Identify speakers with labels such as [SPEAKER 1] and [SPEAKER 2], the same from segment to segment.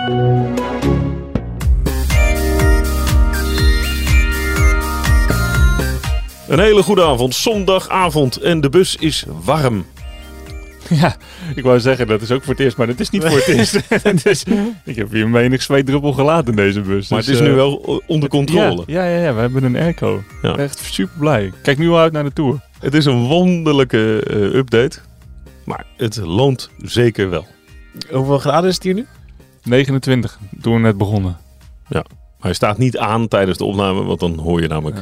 [SPEAKER 1] Een hele goede avond, zondagavond en de bus is warm.
[SPEAKER 2] Ja, ik wou zeggen, dat is ook voor het eerst, maar dat is niet voor het eerst. Ik heb hier menig zweetdruppel gelaten in deze bus.
[SPEAKER 1] Maar het is nu wel onder controle.
[SPEAKER 2] Ja, we hebben een airco.
[SPEAKER 1] Ja.
[SPEAKER 2] Echt super blij. Kijk nu al uit naar de Tour.
[SPEAKER 1] Het is een wonderlijke update, maar het loont zeker wel.
[SPEAKER 3] Hoeveel graden is het hier nu?
[SPEAKER 2] 29, toen we net begonnen.
[SPEAKER 1] Ja, maar hij staat niet aan tijdens de opname, want dan hoor je namelijk...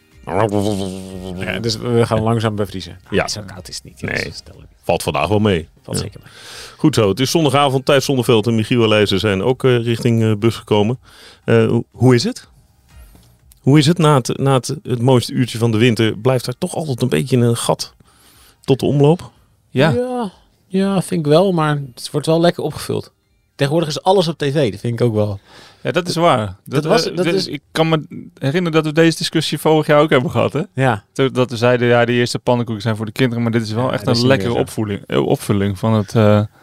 [SPEAKER 3] Ja, dus we gaan langzaam bevriezen.
[SPEAKER 1] Ja.
[SPEAKER 3] Zo koud is het niet.
[SPEAKER 1] Nee.
[SPEAKER 3] Stel ik.
[SPEAKER 1] Valt vandaag wel mee.
[SPEAKER 3] Valt
[SPEAKER 1] Ja.
[SPEAKER 3] zeker mee.
[SPEAKER 1] Goed zo, het is zondagavond, Thijs Zonneveld en Michiel Elijzen zijn ook richting bus gekomen. Hoe is het? Hoe is het na het mooiste uurtje van de winter? Blijft er toch altijd een beetje een gat tot de omloop?
[SPEAKER 3] Ja, vind ik wel, maar het wordt wel lekker opgevuld. Tegenwoordig is alles op tv, dat vind ik ook wel.
[SPEAKER 2] Ja, dat is waar. Ik kan me herinneren dat we deze discussie vorig jaar ook hebben gehad. Hè?
[SPEAKER 3] Ja.
[SPEAKER 2] Dat we zeiden, ja, de eerste pannenkoeken zijn voor de kinderen. Maar dit is wel echt
[SPEAKER 3] dat is
[SPEAKER 2] een
[SPEAKER 3] niet
[SPEAKER 2] lekkere
[SPEAKER 3] meer zo.
[SPEAKER 2] opvulling van, het,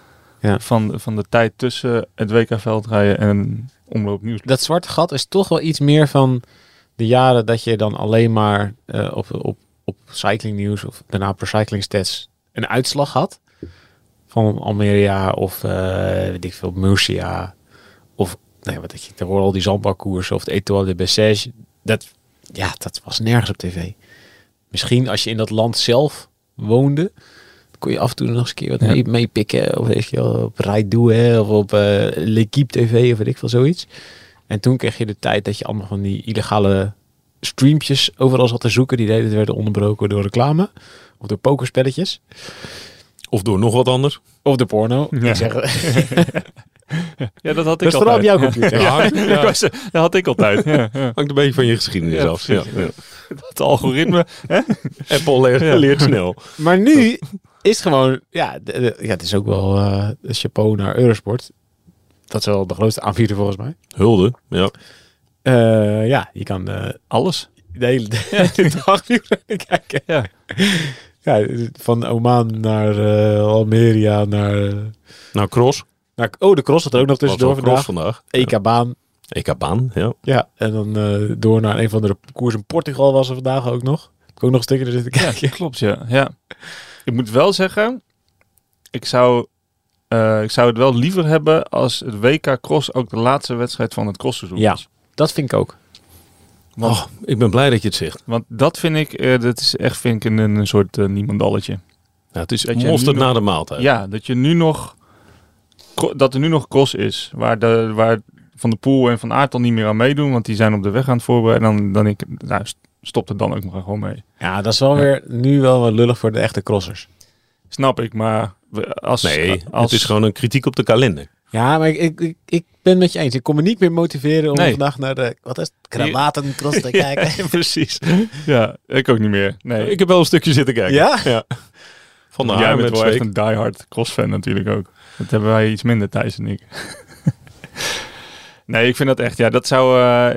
[SPEAKER 2] van de tijd tussen het WK veldrijden en omloop nieuws.
[SPEAKER 3] Dat zwarte gat is toch wel iets meer van de jaren dat je dan alleen maar op cycling nieuws of daarna per cycling stats een uitslag had. Van Almeria of weet ik veel, Murcia. Of wat dat je tegenwoordig al die zandbakkoersen of de Etoile de Bessèges. Dat was nergens op tv. Misschien als je in dat land zelf woonde, dan kon je af en toe nog eens een keer wat meepikken. Of weet je wel, op Rijdoe of op L'Equipe TV of weet ik veel, zoiets. En toen kreeg je de tijd dat je allemaal van die illegale streampjes overal zat te zoeken. Die werden onderbroken door reclame. Of door pokerspelletjes.
[SPEAKER 1] Of door nog wat anders?
[SPEAKER 3] Of de porno.
[SPEAKER 2] Ja.
[SPEAKER 3] Ik zeg,
[SPEAKER 2] Ja, dat had
[SPEAKER 3] dat
[SPEAKER 2] ik
[SPEAKER 3] is vooral op
[SPEAKER 2] altijd.
[SPEAKER 3] jouw computer.
[SPEAKER 1] Ja.
[SPEAKER 2] Dat had ik altijd. Ja.
[SPEAKER 1] Hangt een beetje van je geschiedenis
[SPEAKER 2] Ja,
[SPEAKER 1] af. Ja.
[SPEAKER 2] precies. Het algoritme.
[SPEAKER 1] Apple leert snel.
[SPEAKER 3] Maar nu is het gewoon... het is ook wel chapeau naar Eurosport. Dat is wel de grootste aanbieder volgens mij.
[SPEAKER 1] Hulde, ja.
[SPEAKER 3] Je kan
[SPEAKER 2] Alles.
[SPEAKER 3] de hele dag nieuws kijken.
[SPEAKER 2] Ja.
[SPEAKER 3] Ja, van Oman naar Almeria naar...
[SPEAKER 1] Nou, cross.
[SPEAKER 3] de cross had er ook nog tussendoor
[SPEAKER 1] Was wel cross
[SPEAKER 3] vandaag.
[SPEAKER 1] vandaag.
[SPEAKER 3] EK-baan.
[SPEAKER 1] EK-baan, ja.
[SPEAKER 3] Ja, en dan door naar een van de koers in Portugal was er vandaag ook nog. Heb ik ook nog een stukje er zitten kijken.
[SPEAKER 2] Ja, klopt, ja. Ik moet wel zeggen, ik zou het wel liever hebben als het WK Cross ook de laatste wedstrijd van het crossseizoen
[SPEAKER 3] Ja.
[SPEAKER 2] is.
[SPEAKER 3] Dat vind ik ook.
[SPEAKER 2] Want,
[SPEAKER 1] Ik ben blij dat je het zegt.
[SPEAKER 2] want dat vind ik, vind ik een soort niemandalletje.
[SPEAKER 1] Ja, het is
[SPEAKER 2] Dat je
[SPEAKER 1] mosterd
[SPEAKER 2] nu
[SPEAKER 1] na de maaltijd.
[SPEAKER 2] Ja, dat er nu nog cross is, waar Van der Poel en Van Aert al niet meer aan meedoen, want die zijn op de weg aan het voorbereiden. Dan stop er dan ook maar gewoon mee.
[SPEAKER 3] Ja, dat is wel weer nu wel wat lullig voor de echte crossers.
[SPEAKER 2] Snap ik, maar
[SPEAKER 1] Het is gewoon een kritiek op de kalender.
[SPEAKER 3] Ja, maar ik ben met je eens. Ik kon me niet meer motiveren om
[SPEAKER 2] Nee.
[SPEAKER 3] vandaag naar de kravatencross te kijken.
[SPEAKER 2] Ja, precies. Ja, ik ook niet meer. Nee.
[SPEAKER 1] Ik heb wel een stukje zitten kijken.
[SPEAKER 3] Ja?
[SPEAKER 1] Van de
[SPEAKER 2] Jij
[SPEAKER 1] haar
[SPEAKER 2] bent
[SPEAKER 1] met
[SPEAKER 2] wel echt
[SPEAKER 1] Zweek.
[SPEAKER 2] een diehard crossfan natuurlijk ook. Dat hebben wij iets minder, Thijs en ik. Nee, ik vind dat echt. Ja, dat zou...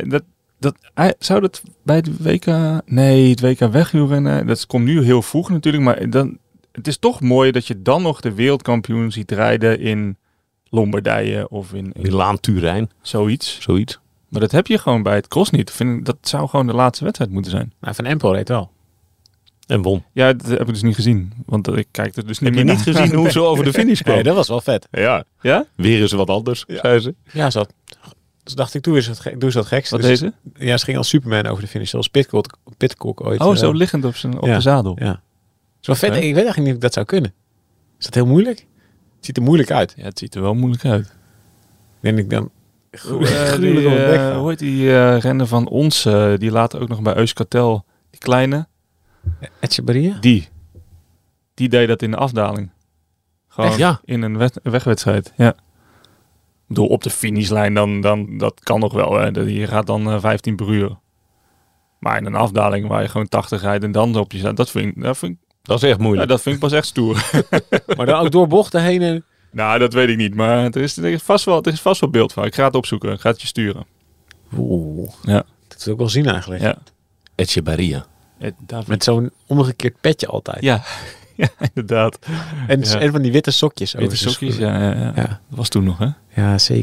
[SPEAKER 2] zou dat bij het WK... Nee, het WK wegwielrennen... Dat komt nu heel vroeg natuurlijk. Maar het is toch mooi dat je dan nog de wereldkampioen ziet rijden in Lombardije of in
[SPEAKER 1] Milaan-Turijn,
[SPEAKER 2] zoiets.
[SPEAKER 1] zoiets.
[SPEAKER 2] Maar dat heb je gewoon bij het cross niet. Dat zou gewoon de laatste wedstrijd moeten zijn.
[SPEAKER 3] Nou, Van Empel reed wel.
[SPEAKER 1] En won.
[SPEAKER 2] Ja, dat heb ik dus niet gezien. Want ik kijk er dus niet
[SPEAKER 1] Heb je
[SPEAKER 2] meer
[SPEAKER 1] niet
[SPEAKER 2] naar.
[SPEAKER 1] gezien hoe ze over de finish kwam?
[SPEAKER 3] Nee, dat was wel vet.
[SPEAKER 1] Ja,
[SPEAKER 2] Ja?
[SPEAKER 1] weer eens wat anders, zei ze.
[SPEAKER 3] Ja, dus dacht ik, doe eens wat geks.
[SPEAKER 2] Wat
[SPEAKER 3] Dus-
[SPEAKER 2] deze?
[SPEAKER 3] Ja, ze ging als Superman over de finish. Zoals Pitcock ooit.
[SPEAKER 2] Oh, zo liggend op
[SPEAKER 3] ja.
[SPEAKER 2] de zadel.
[SPEAKER 3] Ja. Is wel vet.
[SPEAKER 2] Oké.
[SPEAKER 3] Ik weet eigenlijk niet of ik dat zou kunnen. Is dat heel moeilijk? Het ziet er moeilijk uit.
[SPEAKER 2] Ja, het ziet er wel moeilijk uit.
[SPEAKER 3] Denk ik dan...
[SPEAKER 2] Die, hoe heet die renner van ons? Die later ook nog bij Euskartel. Die kleine.
[SPEAKER 3] Etchebarria?
[SPEAKER 2] Die deed dat in de afdaling. Gewoon
[SPEAKER 1] Echt? Ja.
[SPEAKER 2] in een wegwedstrijd. Ja. Ik bedoel, op de finishlijn dan dat kan nog wel. Hè. Je gaat dan 15 per uur. Maar in een afdaling waar je gewoon 80 rijdt en dan op je staat. Dat vind ik
[SPEAKER 1] Dat is echt moeilijk.
[SPEAKER 2] dat vind ik pas echt stoer.
[SPEAKER 3] Maar dan ook door bochten heen en...
[SPEAKER 2] Nou, dat weet ik niet. Maar er is vast wel beeld van. Ik ga het opzoeken. Ik ga het je sturen.
[SPEAKER 3] Oeh.
[SPEAKER 2] Ja.
[SPEAKER 3] Dat wil ik wel zien eigenlijk.
[SPEAKER 2] Ja.
[SPEAKER 1] Etchebarria.
[SPEAKER 3] Met zo'n omgekeerd petje altijd.
[SPEAKER 2] Ja, ja, inderdaad.
[SPEAKER 3] En,
[SPEAKER 2] Ja.
[SPEAKER 3] en van die witte sokjes.
[SPEAKER 2] Witte
[SPEAKER 3] over zijn
[SPEAKER 2] sokjes,
[SPEAKER 3] schoenen.
[SPEAKER 2] ja.
[SPEAKER 3] Ja.
[SPEAKER 2] Dat was toen nog, hè?
[SPEAKER 3] Ja, zeker.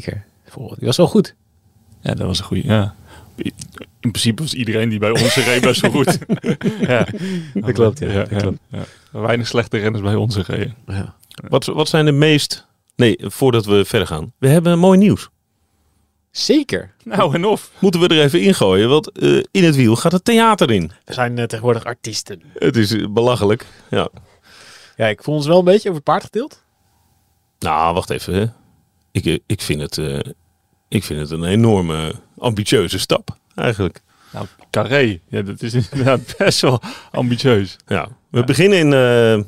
[SPEAKER 3] Die was wel goed.
[SPEAKER 2] Ja, dat was een goeie. Ja. In principe was iedereen die bij ons reed best wel goed. Ja.
[SPEAKER 3] Dat klopt, ja. Dat klopt.
[SPEAKER 2] Ja. Weinig slechte renners bij ons gereden.
[SPEAKER 3] Ja.
[SPEAKER 1] Wat zijn de meest... Nee, voordat we verder gaan. We hebben mooi nieuws.
[SPEAKER 3] Zeker.
[SPEAKER 2] Nou en of.
[SPEAKER 1] Moeten we er even ingooien, want in het wiel gaat het theater in.
[SPEAKER 3] We zijn tegenwoordig artiesten.
[SPEAKER 1] Het is belachelijk. Ja.
[SPEAKER 3] Ja, ik voel ons wel een beetje over het paard getild.
[SPEAKER 1] Nou, wacht even. Hè. Ik vind het een enorme ambitieuze stap, eigenlijk.
[SPEAKER 2] Nou, Carré. Ja, dat is inderdaad best wel ambitieus.
[SPEAKER 1] Ja. We beginnen in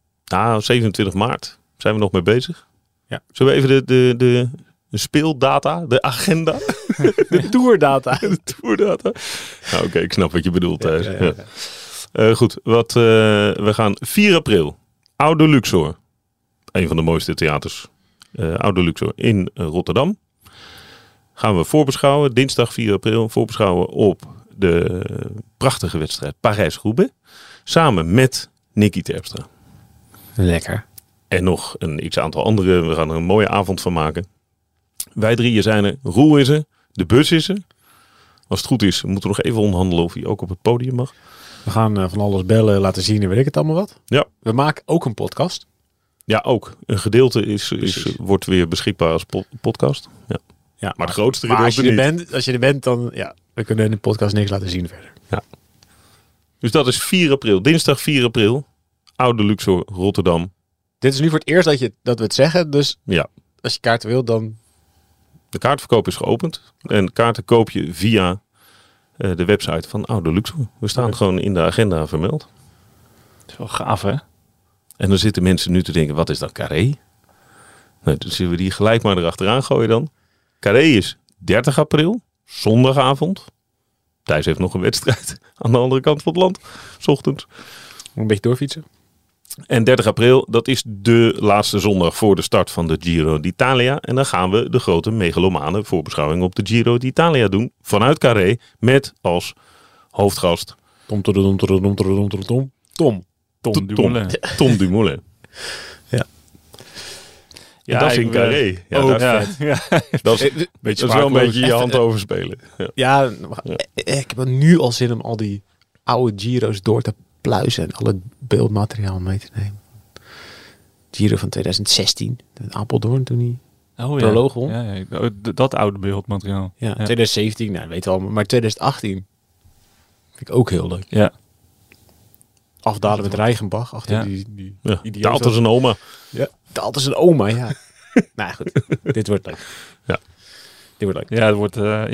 [SPEAKER 1] 27 maart. Zijn we nog mee bezig?
[SPEAKER 3] Ja.
[SPEAKER 1] Zullen we even de speeldata, de agenda?
[SPEAKER 3] De tourdata.
[SPEAKER 1] De tourdata. Nou, oké, ik snap wat je bedoelt, Thijs.
[SPEAKER 3] Ja.
[SPEAKER 1] Goed, we gaan 4 april. Oude Luxor. Een van de mooiste theaters. Oude Luxor in Rotterdam. Gaan we voorbeschouwen. Dinsdag 4 april voorbeschouwen op de prachtige wedstrijd Parijs-Roubaix. Samen met Nicky Terpstra.
[SPEAKER 3] Lekker.
[SPEAKER 1] En nog een x-aantal andere. We gaan er een mooie avond van maken. Wij drieën zijn er. Roel is er. De bus is er. Als het goed is, moeten we nog even onderhandelen of hij ook op het podium mag.
[SPEAKER 3] We gaan van alles bellen, laten zien en weet ik het allemaal wat.
[SPEAKER 1] Ja.
[SPEAKER 3] We maken ook een podcast.
[SPEAKER 1] Ja, ook. Een gedeelte wordt weer beschikbaar als podcast. Ja.
[SPEAKER 3] Ja,
[SPEAKER 1] Maar het grootste
[SPEAKER 3] maar als
[SPEAKER 1] gedeelte niet.
[SPEAKER 3] als je er bent, dan ja, we kunnen in de podcast niks laten zien verder.
[SPEAKER 1] Ja. Dus dat is 4 april. Dinsdag 4 april. Oude Luxor, Rotterdam.
[SPEAKER 3] Dit is nu voor het eerst dat we het zeggen. Dus
[SPEAKER 1] Ja.
[SPEAKER 3] als je kaarten wil, dan...
[SPEAKER 1] De kaartverkoop is geopend. En kaarten koop je via de website van Oude Luxor. We staan gewoon in de agenda vermeld.
[SPEAKER 2] Dat is wel gaaf, hè?
[SPEAKER 1] En dan zitten mensen nu te denken, wat is dan Carré? Nou, dan zullen we die gelijk maar erachteraan gooien dan. Carré is 30 april, zondagavond. Thijs heeft nog een wedstrijd aan de andere kant van het land, 's ochtends.
[SPEAKER 3] Een beetje doorfietsen.
[SPEAKER 1] En 30 april, dat is de laatste zondag voor de start van de Giro d'Italia. En dan gaan we de grote megalomane voorbeschouwing op de Giro d'Italia doen. Vanuit Carré, met als hoofdgast
[SPEAKER 3] Tom
[SPEAKER 1] Dumoulin.
[SPEAKER 2] Ja,
[SPEAKER 1] dat is in Carré. Ja,
[SPEAKER 2] Oh,
[SPEAKER 1] dat is
[SPEAKER 2] ja.
[SPEAKER 1] vet.
[SPEAKER 2] Ja.
[SPEAKER 1] Dat is wel een beetje je hand overspelen. Ja.
[SPEAKER 3] Ja, ik heb nu al zin om al die oude Giro's door te pluizen en alle beeldmateriaal mee te nemen. Giro van 2016, de Apeldoorn toen hij proloog won.
[SPEAKER 2] Ja, dat oude beeldmateriaal.
[SPEAKER 3] Ja, 2017, nou weet je wel, maar 2018 vind ik ook heel leuk.
[SPEAKER 2] Ja.
[SPEAKER 3] Afdalen met Reichenbach achter
[SPEAKER 2] Ja.
[SPEAKER 3] die
[SPEAKER 1] Ja.
[SPEAKER 3] idioot.
[SPEAKER 1] Daalt als een oma.
[SPEAKER 3] Ja, Daalt als een oma, ja. Nou goed, dit wordt leuk.
[SPEAKER 1] Ja.
[SPEAKER 3] Dit wordt leuk.
[SPEAKER 2] Ja, het wordt...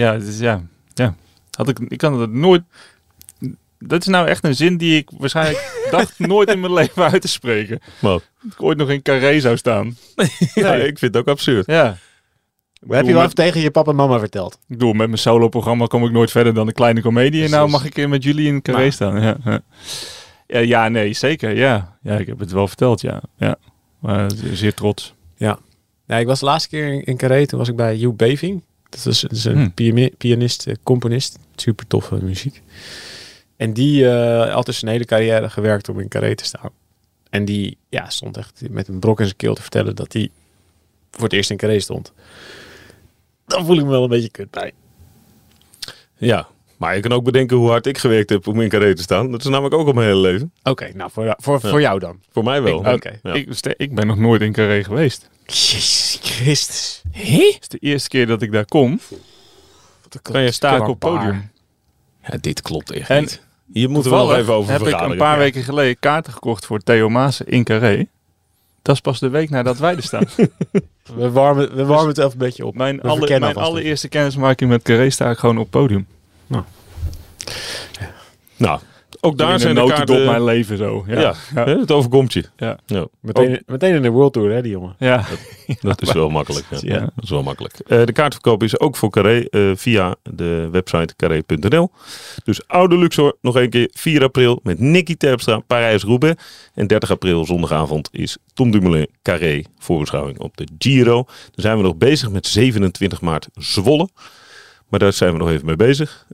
[SPEAKER 2] Ik kan het nooit... Dat is nou echt een zin die ik waarschijnlijk dacht nooit in mijn leven uit te spreken.
[SPEAKER 1] Wat?
[SPEAKER 2] Dat ik ooit nog in Carré zou staan.
[SPEAKER 1] Ja, ik vind het ook absurd.
[SPEAKER 2] Ja.
[SPEAKER 3] Heb je wel even tegen je papa en mama verteld?
[SPEAKER 2] Ik bedoel, met mijn solo-programma kom ik nooit verder dan de kleine comedie. En nou mag ik met jullie in Carré staan. Ja. Ja, nee, zeker. Ja, ik heb het wel verteld, ja. Maar zeer trots.
[SPEAKER 3] Ja, ik was de laatste keer in Carré. Toen was ik bij Joep Beving. Dat is een pianist, componist. Super toffe muziek. En die had dus zijn hele carrière gewerkt om in Carré te staan. En die stond echt met een brok in zijn keel te vertellen dat hij voor het eerst in Carré stond. Dan voel ik me wel een beetje kut bij.
[SPEAKER 1] Ja, maar je kan ook bedenken hoe hard ik gewerkt heb om in Carré te staan. Dat is namelijk ook al mijn hele leven.
[SPEAKER 3] Oké, nou voor jou dan.
[SPEAKER 1] Voor mij wel. Ja.
[SPEAKER 2] Ik ben nog nooit in Carré geweest.
[SPEAKER 3] Jezus Christus.
[SPEAKER 2] Het is de eerste keer dat ik daar kom.
[SPEAKER 1] Kan je
[SPEAKER 2] Sta ik op het podium.
[SPEAKER 1] Ja, dit klopt echt
[SPEAKER 2] En
[SPEAKER 1] niet. Hier moeten we nog even over
[SPEAKER 2] heb
[SPEAKER 1] vergaderen.
[SPEAKER 2] ik een paar weken geleden kaarten gekocht voor Theo Maassen in Carré. Dat is pas de week nadat wij er staan.
[SPEAKER 3] We warmen het even een beetje op.
[SPEAKER 2] Mijn allereerste kennismaking met Carré sta ik gewoon op het podium.
[SPEAKER 1] Nou, ook daar zijn de
[SPEAKER 2] notendop
[SPEAKER 1] kaarten...
[SPEAKER 2] mijn leven zo. Ja.
[SPEAKER 1] Het overkomt je.
[SPEAKER 2] Ja.
[SPEAKER 1] Ja.
[SPEAKER 3] Meteen in de World Tour, hè, die jongen.
[SPEAKER 2] Ja.
[SPEAKER 1] Dat is wel makkelijk. Ja.
[SPEAKER 2] Ja.
[SPEAKER 1] Dat is wel makkelijk. De kaartverkoop is ook voor Carré via de website carré.nl. Dus Oude Luxor nog een keer 4 april met Nicky Terpstra, Parijs-Roubaix. En 30 april zondagavond is Tom Dumoulin Carré voorbeschouwing op de Giro. Dan zijn we nog bezig met 27 maart Zwolle. Maar daar zijn we nog even mee bezig.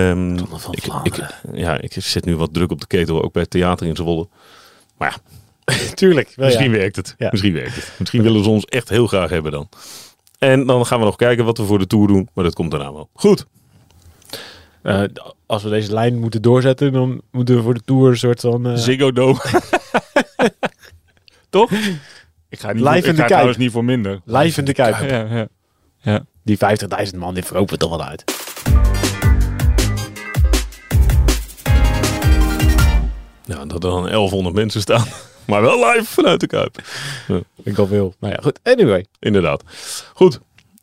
[SPEAKER 1] Ik zet nu wat druk op de ketel, ook bij het theater in Zwolle. Maar ja,
[SPEAKER 3] Tuurlijk.
[SPEAKER 1] misschien werkt het.
[SPEAKER 3] Ja.
[SPEAKER 1] Misschien werkt het. Misschien willen ze ons echt heel graag hebben dan. En dan gaan we nog kijken wat we voor de Tour doen. Maar dat komt daarna wel. Goed.
[SPEAKER 3] Als we deze lijn moeten doorzetten, dan moeten we voor de Tour een soort van...
[SPEAKER 2] Ziggo Dome. Toch? Ik ga, niet
[SPEAKER 3] Live
[SPEAKER 2] voor,
[SPEAKER 3] in
[SPEAKER 2] ik
[SPEAKER 3] de
[SPEAKER 2] ga
[SPEAKER 3] Kuip.
[SPEAKER 2] trouwens niet voor minder.
[SPEAKER 3] Live in de Kuip.
[SPEAKER 2] Ja.
[SPEAKER 3] Die 50.000 man, die verkopen we toch wel uit.
[SPEAKER 1] Ja, dat er dan 1100 mensen staan. Maar wel live vanuit de Kuip. Ja,
[SPEAKER 3] Ik al veel. Nou ja, goed. Anyway.
[SPEAKER 1] inderdaad. Goed.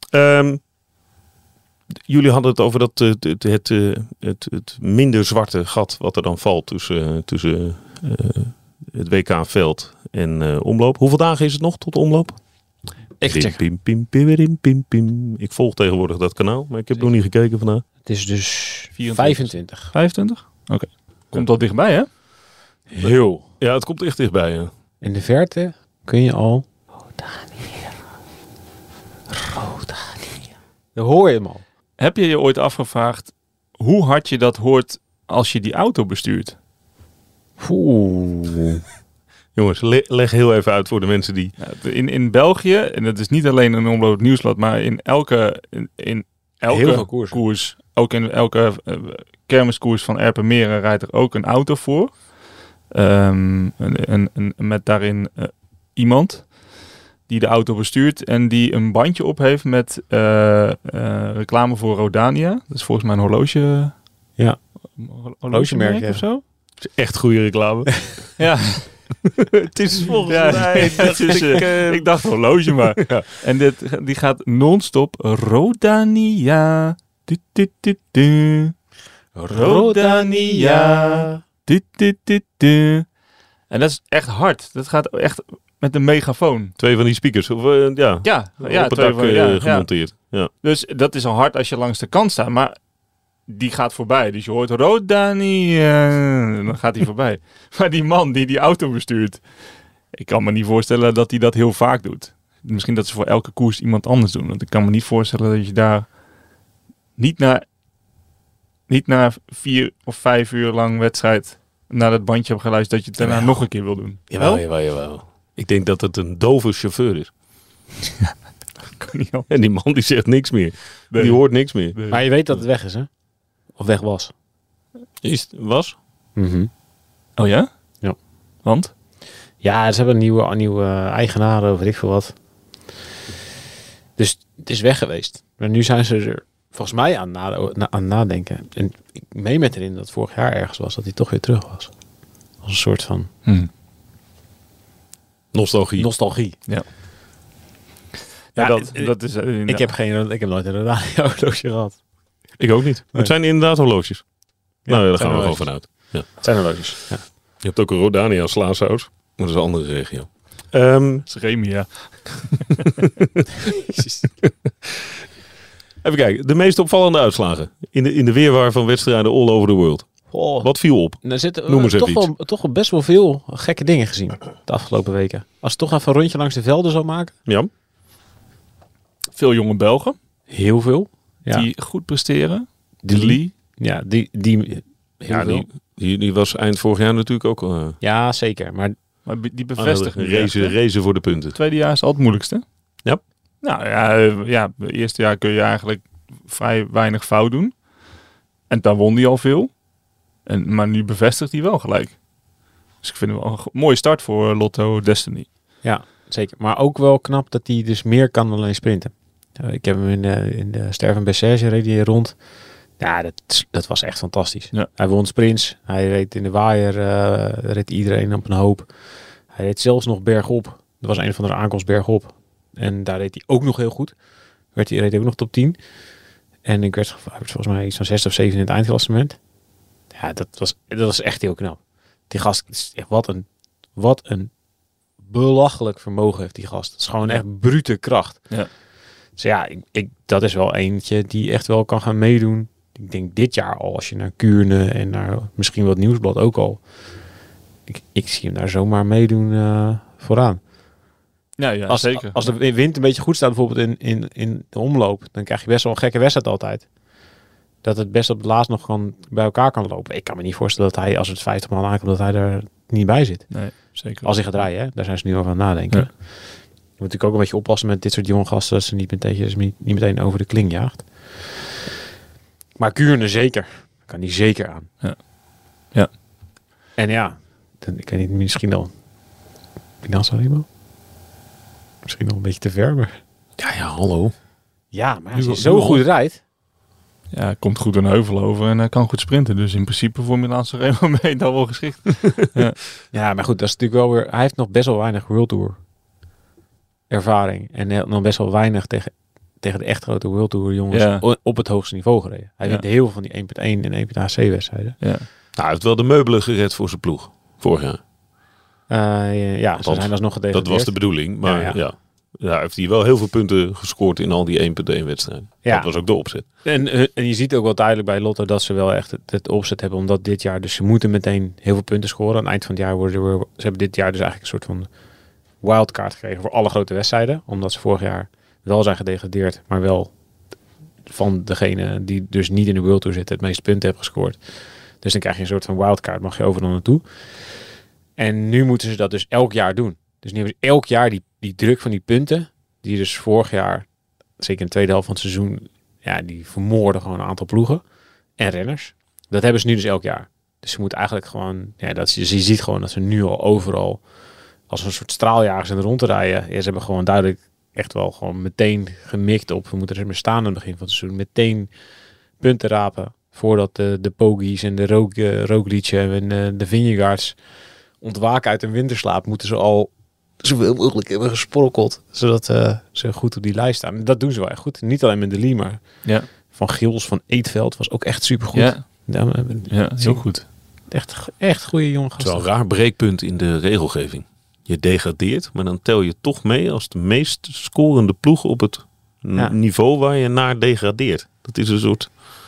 [SPEAKER 1] Jullie hadden het over dat het minder zwarte gat wat er dan valt tussen het WK-veld en omloop. Hoeveel dagen is het nog tot de omloop?
[SPEAKER 3] Echt
[SPEAKER 1] Pim. Ik volg tegenwoordig dat kanaal, maar ik heb nog niet gekeken vandaag.
[SPEAKER 3] Het is dus
[SPEAKER 2] 24.
[SPEAKER 3] 25.
[SPEAKER 2] 25? Oké. Komt al dichtbij, hè?
[SPEAKER 3] Heel.
[SPEAKER 1] Ja, het komt echt dichtbij. Ja.
[SPEAKER 3] In de verte kun je al... Dan hoor je hem al.
[SPEAKER 2] Heb je je ooit afgevraagd hoe hard je dat hoort als je die auto bestuurt?
[SPEAKER 3] Oeh.
[SPEAKER 1] Jongens, leg heel even uit voor de mensen die...
[SPEAKER 2] Ja, in België, en dat is niet alleen een Omloop Nieuwsblad, maar in elke
[SPEAKER 3] Heel veel koersen.
[SPEAKER 2] koers, ook in elke kermiskoers van Erpenmeren rijdt er ook een auto voor. Met daarin iemand die de auto bestuurt en die een bandje op heeft met reclame voor Rodania. Dat is volgens mij een horloge...
[SPEAKER 3] Ja.
[SPEAKER 2] Horlogemerk of zo.
[SPEAKER 1] Echt goede reclame.
[SPEAKER 2] Ja.
[SPEAKER 1] Het is volgens mij...
[SPEAKER 2] Ik dacht horloge maar.
[SPEAKER 1] Ja.
[SPEAKER 2] En die gaat non-stop Rodania. Rodania. En dat is echt hard. Dat gaat echt met een megafoon.
[SPEAKER 1] 2 van die speakers. Of, ja,
[SPEAKER 2] Ja,
[SPEAKER 1] op het dak gemonteerd. Ja.
[SPEAKER 2] Dus dat is al hard als je langs de kant staat. Maar die gaat voorbij. Dus je hoort Rodania. En dan gaat hij voorbij. Maar die man die die auto bestuurt. Ik kan me niet voorstellen dat hij dat heel vaak doet. Misschien dat ze voor elke koers iemand anders doen. Want ik kan me niet voorstellen dat je daar niet na 4 of 5 uur lang wedstrijd naar dat bandje hebt geluisterd dat je het daarna nog een keer wil doen.
[SPEAKER 1] Jawel. Ik denk dat het een dove chauffeur is.
[SPEAKER 2] Kan niet anders.
[SPEAKER 1] En die man die zegt niks meer.
[SPEAKER 2] Nee.
[SPEAKER 1] Die hoort niks meer.
[SPEAKER 2] Nee.
[SPEAKER 3] Maar je weet dat het weg is, hè? Of weg was.
[SPEAKER 1] Was?
[SPEAKER 2] Oh ja?
[SPEAKER 3] Ja.
[SPEAKER 2] Want?
[SPEAKER 3] Ja, ze hebben een nieuwe eigenaren of weet ik veel wat. Dus het is weg geweest. Maar nu zijn ze er volgens mij aan nadenken. En ik meen met erin dat vorig jaar ergens was dat hij toch weer terug was. Als een soort van nostalgie.
[SPEAKER 2] Ja.
[SPEAKER 3] Ja,
[SPEAKER 2] dat is...
[SPEAKER 3] Ik heb nooit een radio-horloge gehad.
[SPEAKER 1] Ik ook niet.
[SPEAKER 3] Nee.
[SPEAKER 1] Het zijn inderdaad horloges. Nou ja, daar
[SPEAKER 3] het
[SPEAKER 1] gaan we
[SPEAKER 3] zijn
[SPEAKER 1] gewoon vanuit. Ja.
[SPEAKER 3] Het zijn horloges. Ja.
[SPEAKER 1] Je hebt ook een Rodania slaasaus. Maar dat is een andere regio.
[SPEAKER 2] Dat is Remia.
[SPEAKER 1] Even kijken. De meest opvallende uitslagen. In de weerwaar van wedstrijden all over the world.
[SPEAKER 3] Oh,
[SPEAKER 1] Wat viel op?
[SPEAKER 3] er zitten
[SPEAKER 1] Noem eens even
[SPEAKER 3] toch wel best wel veel gekke dingen gezien de afgelopen weken. Als je toch even een rondje langs de velden zou maken.
[SPEAKER 1] Ja.
[SPEAKER 2] Veel jonge Belgen
[SPEAKER 3] Heel veel. Ja.
[SPEAKER 2] die goed presteren.
[SPEAKER 3] Die-
[SPEAKER 2] Lee.
[SPEAKER 3] Ja, die heel
[SPEAKER 1] Ja,
[SPEAKER 3] veel.
[SPEAKER 1] die was eind vorig jaar natuurlijk ook
[SPEAKER 3] Ja, zeker. Maar
[SPEAKER 2] Maar die bevestigt nu echt, hè?
[SPEAKER 1] race voor de punten.
[SPEAKER 2] Het tweede jaar is altijd het moeilijkste.
[SPEAKER 1] Ja.
[SPEAKER 2] Nou ja, het eerste jaar kun je eigenlijk vrij weinig fout doen. En daar won hij al veel. Maar nu bevestigt hij wel gelijk. Dus ik vind het wel een mooie start voor Lotto Destiny.
[SPEAKER 3] ja, zeker. Maar ook wel knap dat hij dus meer kan dan alleen sprinten. Ik heb hem in de Ster van Bessèges reed hij rond. Ja, dat was echt fantastisch.
[SPEAKER 2] Ja.
[SPEAKER 3] Hij won sprints. Hij reed in de waaier. Reed iedereen op een hoop. Hij reed zelfs nog bergop. Dat was een van de aankomst bergop. En daar reed hij ook nog heel goed. Reed hij ook nog top 10. En ik werd volgens mij iets van 6 of 7 in het eindklassement. Ja, dat was echt heel knap. Die gast, wat een belachelijk vermogen heeft die gast. Het is gewoon echt brute kracht.
[SPEAKER 2] Ja.
[SPEAKER 3] Dus ja, dat is wel eentje die echt wel kan gaan meedoen. Ik denk dit jaar al, als je naar Kuurne en naar misschien wat Nieuwsblad ook al. Ik zie hem daar zomaar meedoen vooraan.
[SPEAKER 2] Ja, zeker.
[SPEAKER 3] Als de wind een beetje goed staat, bijvoorbeeld in de omloop, dan krijg je best wel een gekke wedstrijd altijd. Dat het best op het laatst nog bij elkaar kan lopen. Ik kan me niet voorstellen dat hij, als het 50 man aankomt, dat hij er niet bij zit.
[SPEAKER 2] Nee, zeker.
[SPEAKER 3] Als hij gaat rijden, hè? Daar zijn ze nu over aan het nadenken.
[SPEAKER 2] Ja.
[SPEAKER 3] natuurlijk ook een beetje oppassen met dit soort jonge gasten, dat ze niet meteen over de kling jaagt. Maar Kuurne zeker. Kan die zeker aan.
[SPEAKER 2] Ja.
[SPEAKER 3] En ja, ik weet niet, misschien dan Pinal Sanremo. Misschien nog een beetje te ver, maar...
[SPEAKER 1] Ja, hallo.
[SPEAKER 3] Ja, maar als
[SPEAKER 1] Nu-
[SPEAKER 3] je zo
[SPEAKER 1] nu
[SPEAKER 3] goed rijdt...
[SPEAKER 2] Ja, hij komt goed een heuvel over en hij kan goed sprinten. Dus in principe voor Milaan Sanremo ben je dan wel geschikt.
[SPEAKER 3] Ja, maar goed, dat is natuurlijk wel weer... Hij heeft nog best wel weinig World Tour ervaring. En nog best wel weinig tegen de echt grote World Tour jongens op het hoogste niveau gereden. Hij wint heel veel van die 1.1 en 1.HC wedstrijden.
[SPEAKER 2] Ja.
[SPEAKER 1] Nou, hij heeft wel de meubelen gered voor zijn ploeg. Vorig jaar.
[SPEAKER 3] Ze zijn alsnog gedegradeerd.
[SPEAKER 1] Dat was de bedoeling. Maar ja. Ja, heeft hij wel heel veel punten gescoord in al die 1.1 wedstrijden.
[SPEAKER 3] Ja.
[SPEAKER 1] Dat was ook de opzet.
[SPEAKER 3] En je ziet ook wel duidelijk bij Lotto dat ze wel echt het opzet hebben. Omdat dit jaar, dus ze moeten meteen heel veel punten scoren. Aan het eind van het jaar ze hebben dit jaar dus eigenlijk een soort van wildcard gekregen voor alle grote wedstrijden. Omdat ze vorig jaar wel zijn gedegradeerd, maar wel van degene die dus niet in de World Tour zitten het meeste punten hebben gescoord. Dus dan krijg je een soort van wildcard, mag je overal naartoe. En nu moeten ze dat dus elk jaar doen. Dus nu hebben ze elk jaar die druk van die punten, die dus vorig jaar, zeker in de tweede helft van het seizoen, ja, die vermoorden gewoon een aantal ploegen en renners. Dat hebben ze nu dus elk jaar. Dus ze moeten eigenlijk gewoon, je ziet gewoon dat ze nu al overal als een soort straaljagers in de rond te rijden. Ja, ze hebben gewoon duidelijk echt wel gewoon meteen gemikt op, we moeten er maar staan aan het begin van het seizoen. Meteen punten rapen voordat de Pogies en de Roglic en de Vingegaards ontwaken uit een winterslaap, moeten ze al zoveel mogelijk hebben gesprokkeld, zodat ze goed op die lijst staan. En dat doen ze wel echt goed. Niet alleen met de Lee, maar Van Gils, Van Eetveld was ook echt supergoed.
[SPEAKER 2] Ja, heel goed.
[SPEAKER 3] Echt goede jonge
[SPEAKER 1] Het is
[SPEAKER 3] gasten.
[SPEAKER 1] wel een raar breekpunt in de regelgeving. Je degradeert, maar dan tel je toch mee als de meest scorende ploeg op het niveau waar je naar degradeert. Dat is een soort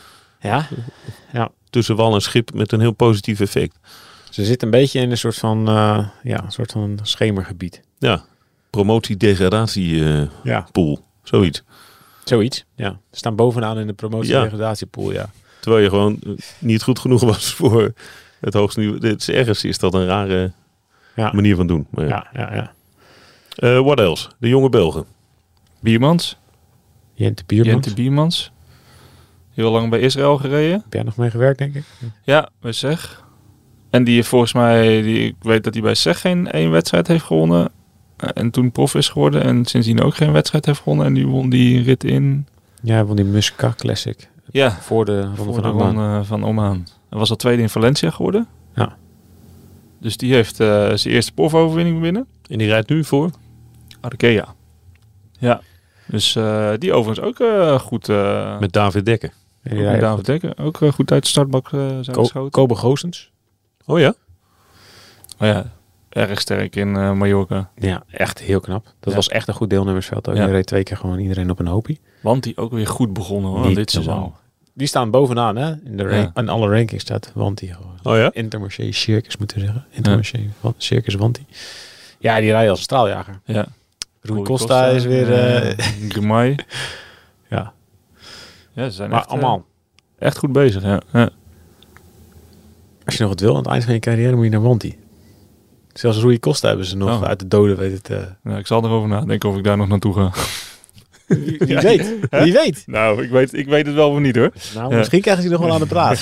[SPEAKER 1] tussen wal en schip met een heel positief effect.
[SPEAKER 3] Ze zitten een beetje in een soort van schemergebied.
[SPEAKER 1] Ja, promotie-degradatie pool. Zoiets.
[SPEAKER 3] Zoiets, ja. Ze staan bovenaan in de promotie-degradatiepool, ja.
[SPEAKER 1] Terwijl je gewoon niet goed genoeg was voor het hoogste niveau. Het is ergens is dat een rare manier van doen. Maar what else? De jonge Belgen.
[SPEAKER 2] Biermans.
[SPEAKER 3] Jente
[SPEAKER 2] Biermans. Heel lang bij Israël gereden.
[SPEAKER 3] Heb jij nog mee gewerkt, denk ik?
[SPEAKER 2] Ja, bij SEG. En die heeft volgens mij, ik weet dat hij bij SEG geen één wedstrijd heeft gewonnen. En toen prof is geworden. En sindsdien ook geen wedstrijd heeft gewonnen. En nu won die rit in...
[SPEAKER 3] Ja, hij won die Musca Classic.
[SPEAKER 2] Ja.
[SPEAKER 3] Voor de Ronde
[SPEAKER 2] van Oman. Hij was al tweede in Valencia geworden.
[SPEAKER 3] Ja.
[SPEAKER 2] Dus die heeft zijn eerste profoverwinning binnen.
[SPEAKER 1] En die rijdt nu voor?
[SPEAKER 2] Arkea. Ja. Dus die overigens ook goed...
[SPEAKER 1] met David Dekker.
[SPEAKER 2] Met David Dekker. Ook goed uit de startbak zijn geschoten.
[SPEAKER 3] Kobe Goossens.
[SPEAKER 1] Oh ja?
[SPEAKER 2] Oh ja. Erg sterk in Mallorca.
[SPEAKER 3] Ja, echt heel knap. Dat was echt een goed deelnemersveld. Ook. Je reed 2 keer gewoon iedereen op een hoopie.
[SPEAKER 2] Want die ook weer goed begonnen hoor. Dit seizoen.
[SPEAKER 3] Die staan bovenaan hè. In alle rankings staat Wanty gewoon.
[SPEAKER 1] Oh ja?
[SPEAKER 3] Intermarché Circus moeten we zeggen. Intermarché Circus Wanty. Ja, die rijden als een straaljager.
[SPEAKER 2] Ja.
[SPEAKER 3] Rui Costa is weer...
[SPEAKER 2] Grimay.
[SPEAKER 3] Ja.
[SPEAKER 2] Ja, ze zijn
[SPEAKER 3] maar
[SPEAKER 2] echt,
[SPEAKER 3] allemaal
[SPEAKER 2] echt goed bezig. Ja.
[SPEAKER 3] Als je nog wat wil aan het eind van je carrière, moet je naar Wanty. Zelfs Rui Costa hebben ze nog uit de doden weten.
[SPEAKER 2] Ja, ik zal erover nadenken of ik daar nog naartoe ga.
[SPEAKER 3] Wie weet. Wie weet.
[SPEAKER 2] Nou, ik weet het wel of niet hoor.
[SPEAKER 3] Nou, misschien krijgen ze nog wel aan de praat.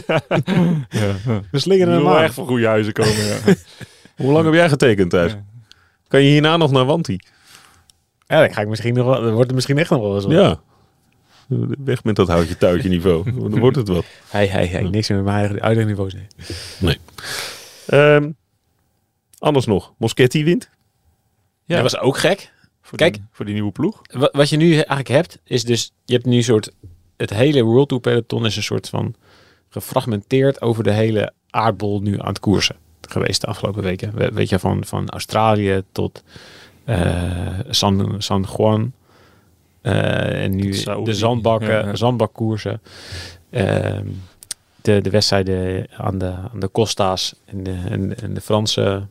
[SPEAKER 3] We slingeren hem aan.
[SPEAKER 2] Echt voor goede huizen komen.
[SPEAKER 1] Hoe lang heb jij getekend thuis? Kan je hierna nog naar Wanty?
[SPEAKER 3] Ja, dan ga ik misschien nog wel. Dan wordt het misschien echt nog wel eens.
[SPEAKER 1] Ja. Weg met dat houtje touwtje niveau. Dan wordt het wat.
[SPEAKER 3] Hey. Niks meer met mijn eigen uitlegniveau.
[SPEAKER 1] Nee. Anders nog. Moschetti wint.
[SPEAKER 3] Ja, dat was ook gek.
[SPEAKER 2] Voor die nieuwe ploeg.
[SPEAKER 3] Wat je nu eigenlijk hebt, is dus... Je hebt nu een soort... Het hele World Tour peloton is een soort van... gefragmenteerd over de hele aardbol nu aan het koersen geweest de afgelopen weken. Weet je, van Australië tot San Juan. En nu de zandbakkoersen. De wedstrijden aan de Costa's en de Franse...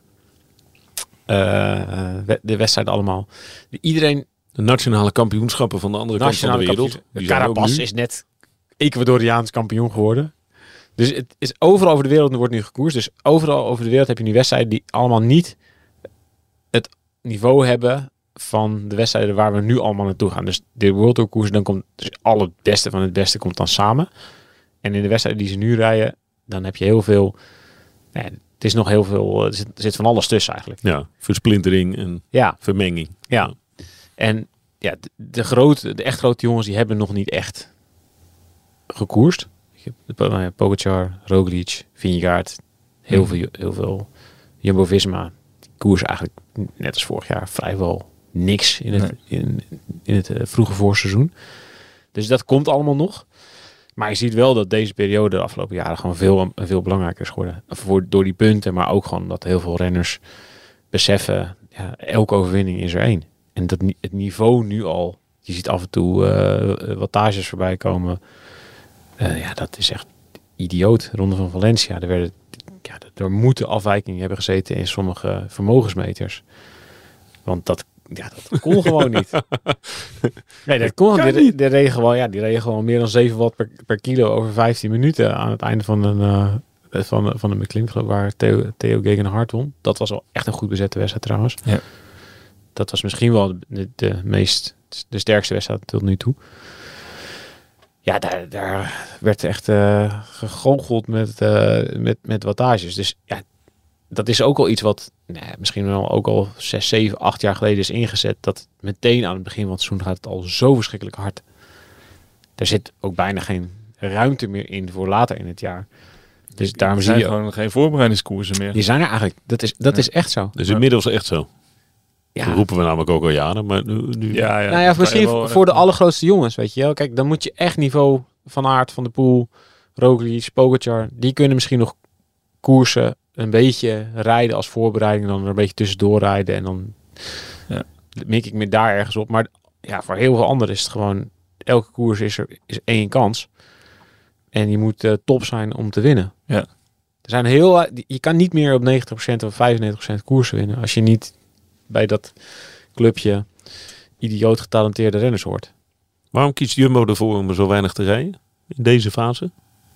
[SPEAKER 3] de wedstrijden allemaal. Iedereen...
[SPEAKER 1] De nationale kampioenschappen van de andere kant van de wereld.
[SPEAKER 3] Carapaz is net Ecuadoriaans kampioen geworden. Dus het is overal over de wereld wordt nu gekoerst. Dus overal over de wereld heb je nu wedstrijden die allemaal niet het niveau hebben van de wedstrijden waar we nu allemaal naartoe gaan. Dus de World Tour koers, dan komt dus al het beste van het beste komt dan samen. En in de wedstrijden die ze nu rijden, dan heb je heel veel... het is nog heel veel... Er zit van alles tussen eigenlijk.
[SPEAKER 1] Ja, versplintering en vermenging.
[SPEAKER 3] Ja. En ja, de echt grote jongens, die hebben nog niet echt gekoerst. Pogačar, Roglic, Vingegaard, heel veel Jumbo-Visma. Die koers eigenlijk net als vorig jaar vrijwel niks in het vroege voorseizoen. Dus dat komt allemaal nog. Maar je ziet wel dat deze periode de afgelopen jaren gewoon veel belangrijker is geworden. Door die punten, maar ook gewoon dat heel veel renners beseffen, elke overwinning is er één. En dat het niveau nu al, je ziet af en toe wattages voorbij komen. Dat is echt idioot. Ronde van Valencia, er moeten afwijkingen hebben gezeten in sommige vermogensmeters. Want dat kon gewoon niet. Nee, dat kon niet. Die reden gewoon meer dan 7 watt per kilo over 15 minuten aan het einde van een beklim, waar Theo Gegenhardt won. Dat was al echt een goed bezette wedstrijd trouwens.
[SPEAKER 2] Ja.
[SPEAKER 3] Dat was misschien wel de sterkste wedstrijd tot nu toe. Ja, daar werd echt gegoocheld met wattages. Dus ja, dat is ook al iets wat misschien wel ook al 6, 7, 8 jaar geleden is ingezet. Dat meteen aan het begin van het seizoen gaat het al zo verschrikkelijk hard. Er zit ook bijna geen ruimte meer in voor later in het jaar. Dus daarom zie je
[SPEAKER 2] gewoon geen voorbereidingskoersen meer.
[SPEAKER 3] Die zijn er eigenlijk. Dat is echt zo.
[SPEAKER 1] Dat is inmiddels echt zo.
[SPEAKER 3] Ja.
[SPEAKER 1] Dat roepen we namelijk ook al jaren. Maar nu...
[SPEAKER 3] Ja, misschien voor de allergrootste jongens, weet je wel. Kijk, dan moet je echt niveau Van Aert, Van der Poel, Roglic, Pogačar. Die kunnen misschien nog koersen, een beetje rijden als voorbereiding. Dan er een beetje tussendoor rijden. En dan mik ik me daar ergens op. Maar ja, voor heel veel anderen is het gewoon... Elke koers is één kans. En je moet top zijn om te winnen.
[SPEAKER 2] Ja.
[SPEAKER 3] Je kan niet meer op 90% of 95% koersen winnen. Als je niet bij dat clubje idioot getalenteerde renners hoort.
[SPEAKER 1] Waarom kiest Jumbo ervoor om er zo weinig te rijden in deze fase?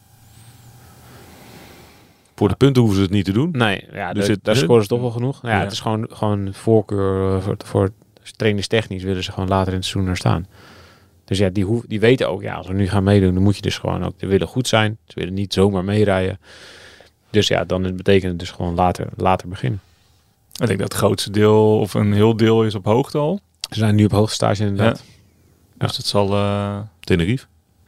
[SPEAKER 1] Voor de punten hoeven ze het niet te doen.
[SPEAKER 3] Nee, daar scoren ze toch wel genoeg. Ja. Het is gewoon voorkeur voor trainingstechnisch willen ze gewoon later in het seizoen er staan. Dus ja, die weten ook, als we nu gaan meedoen, dan moet je dus gewoon ook, ze willen goed zijn. Ze willen niet zomaar meerijden. Dus ja, dan betekent het dus gewoon later beginnen.
[SPEAKER 2] Ik denk dat het grootste deel of een heel deel is op hoogte al.
[SPEAKER 3] Ze zijn nu op hoogtestage inderdaad.
[SPEAKER 2] Ja. Dus dat zal...
[SPEAKER 1] Tenerife.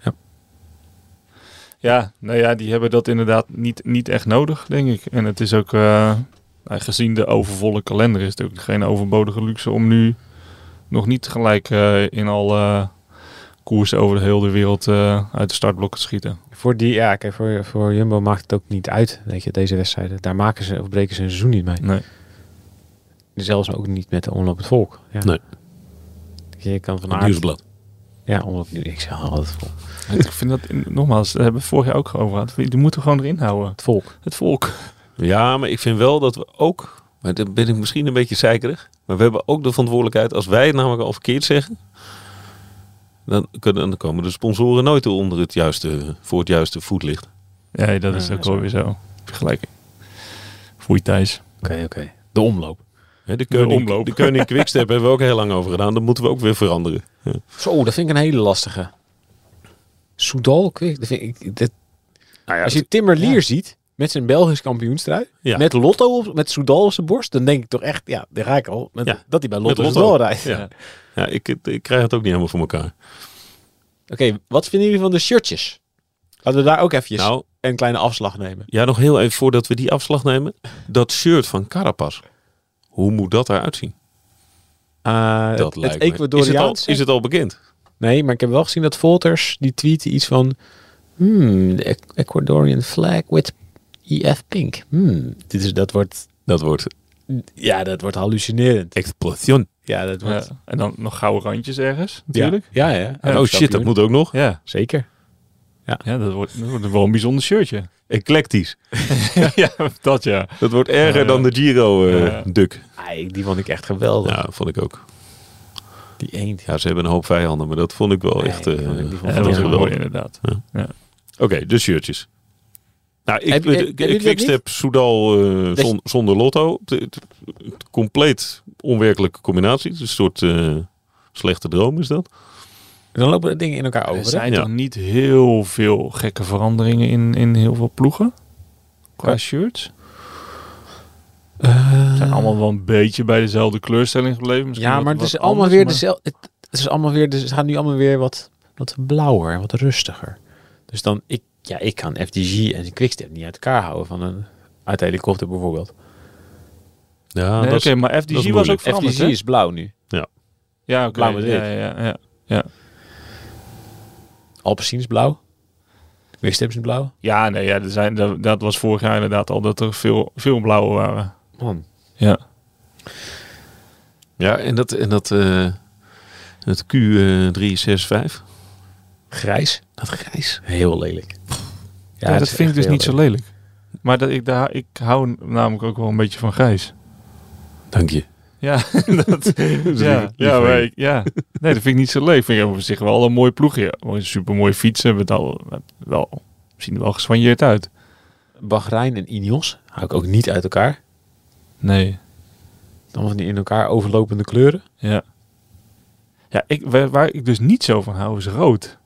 [SPEAKER 2] Ja, die hebben dat inderdaad niet echt nodig, denk ik. En het is ook, gezien de overvolle kalender, is het ook geen overbodige luxe om nu nog niet gelijk in alle koersen over de hele wereld uit de startblokken te schieten.
[SPEAKER 3] Voor Jumbo maakt het ook niet uit, weet je, deze wedstrijden. Daar breken ze een seizoen niet mee.
[SPEAKER 2] Nee.
[SPEAKER 3] Zelfs ook niet met de Omloop het Volk. Ja.
[SPEAKER 1] Nee.
[SPEAKER 3] Je kan van
[SPEAKER 1] het Nieuwsblad.
[SPEAKER 3] Ja, Omloop. Ik zeg altijd vol.
[SPEAKER 2] Ik vind dat, nogmaals, dat hebben we vorig jaar ook over gehad. Die moeten we gewoon erin houden. Het volk.
[SPEAKER 1] Ja, maar ik vind wel dat we ook, maar dan ben ik misschien een beetje zeikerig, maar we hebben ook de verantwoordelijkheid, als wij het namelijk al verkeerd zeggen, dan komen de sponsoren nooit voor het juiste voetlicht.
[SPEAKER 2] Ja, dat is ook wel weer zo. Vergelijking. Foei Thijs.
[SPEAKER 3] Oké. De omloop.
[SPEAKER 1] De Koning Quickstep hebben we ook heel lang over gedaan. Dat moeten we ook weer veranderen. Ja.
[SPEAKER 3] Zo, dat vind ik een hele lastige. Soudal, als je Tim Merlier ziet met zijn Belgisch kampioenstrui, met Lotto, met Soudal op zijn borst, dan denk ik toch echt, daar ga ik al, dat hij bij Lotto Soudal rijdt.
[SPEAKER 1] Ja, ik krijg het ook niet helemaal voor elkaar.
[SPEAKER 3] Oké, wat vinden jullie van de shirtjes? Laten we daar ook eventjes een kleine afslag nemen. Ja,
[SPEAKER 1] nog heel even voordat we die afslag nemen. Dat shirt van Carapaz. Hoe moet dat eruit zien?
[SPEAKER 3] Dat het Ecuadoriaanse.
[SPEAKER 1] Is het al bekend?
[SPEAKER 3] Nee, maar ik heb wel gezien dat Volters die tweette iets van the Ecuadorian flag with EF pink. Dat wordt hallucinerend.
[SPEAKER 1] Explosion.
[SPEAKER 3] Ja, dat wordt.
[SPEAKER 2] Ja, en dan nog gouden randjes ergens, natuurlijk.
[SPEAKER 3] Ja.
[SPEAKER 1] Oh shit, dat moet ook nog.
[SPEAKER 2] Ja,
[SPEAKER 3] zeker.
[SPEAKER 2] Ja, dat wordt wel een bijzonder shirtje.
[SPEAKER 1] Eclectisch.
[SPEAKER 2] Dat
[SPEAKER 1] Dat wordt erger dan de Giro-duk.
[SPEAKER 3] Die vond ik echt geweldig.
[SPEAKER 1] Ja, vond ik ook.
[SPEAKER 3] Die eend.
[SPEAKER 1] Ja, ze hebben een hoop vijanden, maar dat vond ik wel echt...
[SPEAKER 2] dat was mooi inderdaad.
[SPEAKER 1] Ja. Oké, de shirtjes. Nou,
[SPEAKER 3] Heb je dat
[SPEAKER 1] Quickstep Soudal zonder Lotto. Compleet onwerkelijke combinatie. Het is een soort slechte droom is dat.
[SPEAKER 3] Dan lopen de dingen in elkaar
[SPEAKER 2] Er
[SPEAKER 3] over. hè?
[SPEAKER 2] zijn
[SPEAKER 1] Ja.
[SPEAKER 2] toch niet heel veel gekke veranderingen in heel veel ploegen? Qua shirts? Ze zijn allemaal wel een beetje bij dezelfde kleurstelling gebleven. Misschien
[SPEAKER 3] Ja,
[SPEAKER 2] wat-
[SPEAKER 3] maar het
[SPEAKER 2] wat
[SPEAKER 3] is allemaal
[SPEAKER 2] anders,
[SPEAKER 3] weer
[SPEAKER 2] maar-
[SPEAKER 3] dezelfde. Het is allemaal weer. Ze gaan nu allemaal weer wat blauwer en wat rustiger. Dus dan ik kan FDG en Quickstep niet uit elkaar houden uit de helikopter bijvoorbeeld.
[SPEAKER 1] Ja,
[SPEAKER 2] Nee,
[SPEAKER 1] dat
[SPEAKER 2] oké,
[SPEAKER 1] is,
[SPEAKER 2] maar
[SPEAKER 1] dat
[SPEAKER 2] FDG
[SPEAKER 1] is
[SPEAKER 2] was ook
[SPEAKER 1] moeilijk.
[SPEAKER 2] veranderd,
[SPEAKER 3] FDG
[SPEAKER 2] hè?
[SPEAKER 3] is blauw nu.
[SPEAKER 2] Ja, oké.
[SPEAKER 3] blauw met wit.
[SPEAKER 2] Ja.
[SPEAKER 3] Alpecin is blauw. Quickstep is blauw.
[SPEAKER 2] Ja, nee, ja, dat was vorig jaar inderdaad al dat er veel blauwe waren.
[SPEAKER 3] Man.
[SPEAKER 2] Ja.
[SPEAKER 1] Ja, en het Q365.
[SPEAKER 3] Grijs.
[SPEAKER 1] Dat grijs.
[SPEAKER 3] Heel lelijk.
[SPEAKER 2] Ja,
[SPEAKER 3] het
[SPEAKER 2] dat
[SPEAKER 3] is
[SPEAKER 2] vind ik
[SPEAKER 3] echt
[SPEAKER 2] dus
[SPEAKER 3] heel
[SPEAKER 2] niet zo lelijk. Maar ik hou namelijk ook wel een beetje van grijs.
[SPEAKER 1] Dank je.
[SPEAKER 2] Ja, dat,
[SPEAKER 1] lief
[SPEAKER 2] ja,
[SPEAKER 1] van
[SPEAKER 2] maar
[SPEAKER 1] je.
[SPEAKER 2] nee, dat vind ik niet zo leuk. Vind ik op zich wel een mooi ploegje. Een super mooie fietsen. Zien er wel geswanjeerd uit.
[SPEAKER 3] Bahrein en Ineos hou ik ook niet uit elkaar.
[SPEAKER 2] Nee.
[SPEAKER 3] Dan van die in elkaar overlopende kleuren.
[SPEAKER 2] Ja. Ja, waar ik dus niet zo van hou is rood.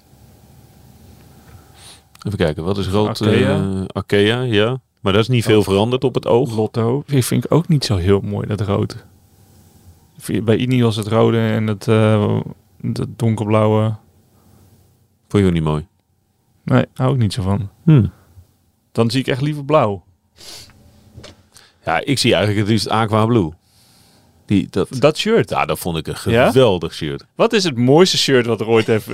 [SPEAKER 1] Even kijken, wat is rood?
[SPEAKER 2] Arkea.
[SPEAKER 1] Arkea, ja. Maar dat is niet veel veranderd op het oog.
[SPEAKER 2] Lotto vind ik ook niet zo heel mooi, dat rood. Bij Ineos het rode en dat donkerblauwe.
[SPEAKER 1] Vond je ook niet mooi?
[SPEAKER 2] Nee, hou ik niet zo van. Dan zie ik echt liever blauw.
[SPEAKER 1] Ja, ik zie eigenlijk het liefst Aqua Blue.
[SPEAKER 2] Dat shirt.
[SPEAKER 1] Ja, dat vond ik een geweldig shirt.
[SPEAKER 2] Wat is het mooiste shirt wat er ooit heeft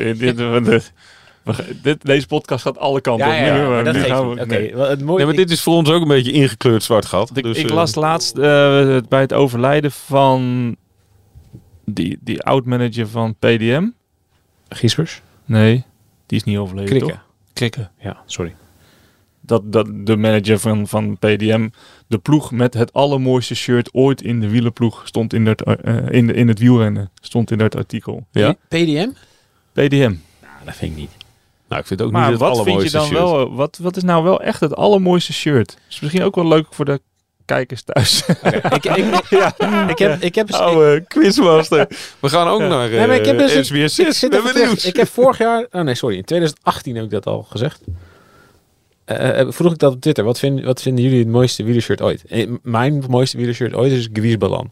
[SPEAKER 2] deze podcast gaat alle kanten op.
[SPEAKER 3] maar dat
[SPEAKER 2] Nu
[SPEAKER 3] geeft
[SPEAKER 2] gaan
[SPEAKER 3] niet.
[SPEAKER 2] we-
[SPEAKER 3] Oké,
[SPEAKER 2] nee.
[SPEAKER 3] wel, het mooie
[SPEAKER 1] Nee, maar dit is voor ons ook een beetje ingekleurd zwart gat. Dus,
[SPEAKER 2] Ik las laatst bij het overlijden van die oud-manager van PDM.
[SPEAKER 3] Giespers.
[SPEAKER 2] Nee, die is niet overleden,
[SPEAKER 3] Krikke.
[SPEAKER 2] toch? Krikke.
[SPEAKER 3] Ja, sorry.
[SPEAKER 2] Dat de manager van PDM, de ploeg met het allermooiste shirt ooit in de wielerploeg, stond in het wielrennen. Stond in dat artikel.
[SPEAKER 1] Ja?
[SPEAKER 3] PDM?
[SPEAKER 2] PDM.
[SPEAKER 3] Nou, dat vind ik niet.
[SPEAKER 1] Nou, ik vind het ook
[SPEAKER 2] Maar
[SPEAKER 1] niet het
[SPEAKER 2] wat vind je
[SPEAKER 1] allermooiste
[SPEAKER 2] dan
[SPEAKER 1] shirt.
[SPEAKER 2] wel, wat is nou wel echt het allermooiste shirt? Is misschien ook wel leuk voor de kijkers thuis.
[SPEAKER 3] Ik heb
[SPEAKER 1] Oude quizmaster. We gaan ook naar
[SPEAKER 3] Nee, maar ik heb dus
[SPEAKER 1] SBS
[SPEAKER 3] ik
[SPEAKER 1] 6.
[SPEAKER 3] zit
[SPEAKER 1] Ben
[SPEAKER 3] even terug.
[SPEAKER 1] benieuwd.
[SPEAKER 3] Ik heb vorig jaar... Oh nee, sorry. In 2018 heb ik dat al gezegd. Vroeg ik dat op Twitter. Wat vinden jullie het mooiste wielershirt ooit? Mijn mooiste wielershirt ooit is Gwies Ballan.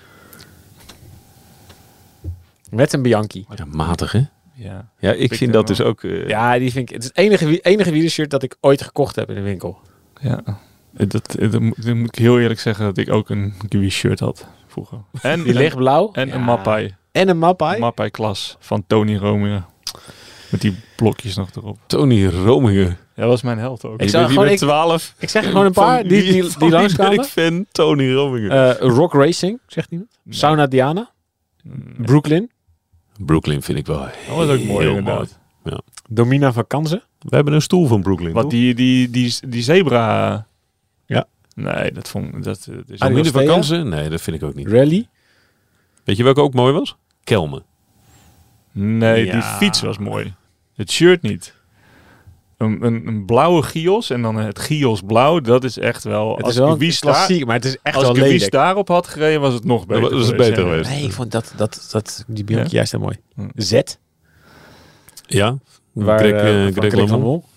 [SPEAKER 3] Met een Bianchi.
[SPEAKER 1] Ja, matig, hè?
[SPEAKER 2] Ja.
[SPEAKER 1] Ja, ik vind dat dus ook...
[SPEAKER 3] Ja, die vind ik... Het is het enige wielershirt dat ik ooit gekocht heb in de winkel.
[SPEAKER 2] Ja, dat moet ik heel eerlijk zeggen dat ik ook een Kiwi shirt had vroeger. En
[SPEAKER 3] Die lichtblauw.
[SPEAKER 2] En
[SPEAKER 3] Ja.
[SPEAKER 2] een Mappai.
[SPEAKER 3] En een Mappai.
[SPEAKER 2] Mappai klas van Tony Rominger. Met die blokjes nog erop.
[SPEAKER 1] Tony Rominger.
[SPEAKER 2] Ja, dat was mijn held ook.
[SPEAKER 3] Ik zou gewoon...
[SPEAKER 1] 12.
[SPEAKER 3] Ik zeg er gewoon een paar die langskwamen.
[SPEAKER 1] Ik fan Tony Rominger.
[SPEAKER 3] Rock Racing, zegt iemand. Sauna Diana. Brooklyn.
[SPEAKER 1] Brooklyn vind ik wel
[SPEAKER 2] Dat was ook mooi
[SPEAKER 1] heel
[SPEAKER 2] inderdaad.
[SPEAKER 1] mooi.
[SPEAKER 3] Domina van Kansen.
[SPEAKER 1] We hebben een stoel van Brooklyn.
[SPEAKER 2] Wat
[SPEAKER 1] toch?
[SPEAKER 2] die zebra...
[SPEAKER 3] Ja.
[SPEAKER 2] Nee, dat is
[SPEAKER 1] Domine
[SPEAKER 3] Adios
[SPEAKER 1] van
[SPEAKER 3] Thea?
[SPEAKER 1] Kansen? Nee, dat vind ik ook niet.
[SPEAKER 3] Rally.
[SPEAKER 1] Weet je welke ook mooi was? Kelme.
[SPEAKER 2] Nee,
[SPEAKER 3] Ja.
[SPEAKER 2] die fiets was mooi. Het shirt niet. Een blauwe Gios en dan het Gios blauw, dat is echt wel...
[SPEAKER 3] Het is wel een
[SPEAKER 2] Gewies
[SPEAKER 3] klassiek, maar het is echt
[SPEAKER 2] als
[SPEAKER 3] wel
[SPEAKER 2] Gewies
[SPEAKER 3] lelijk.
[SPEAKER 2] daarop had gereden, was het nog beter.
[SPEAKER 1] Dat was
[SPEAKER 2] geweest,
[SPEAKER 1] beter
[SPEAKER 2] ja.
[SPEAKER 1] geweest.
[SPEAKER 3] Nee, ik vond die Bianchi
[SPEAKER 2] Ja?
[SPEAKER 3] juist heel mooi.
[SPEAKER 2] Hm.
[SPEAKER 3] Z.
[SPEAKER 1] Ja.
[SPEAKER 3] Waar,
[SPEAKER 1] Greg
[SPEAKER 3] van Greg van Mol.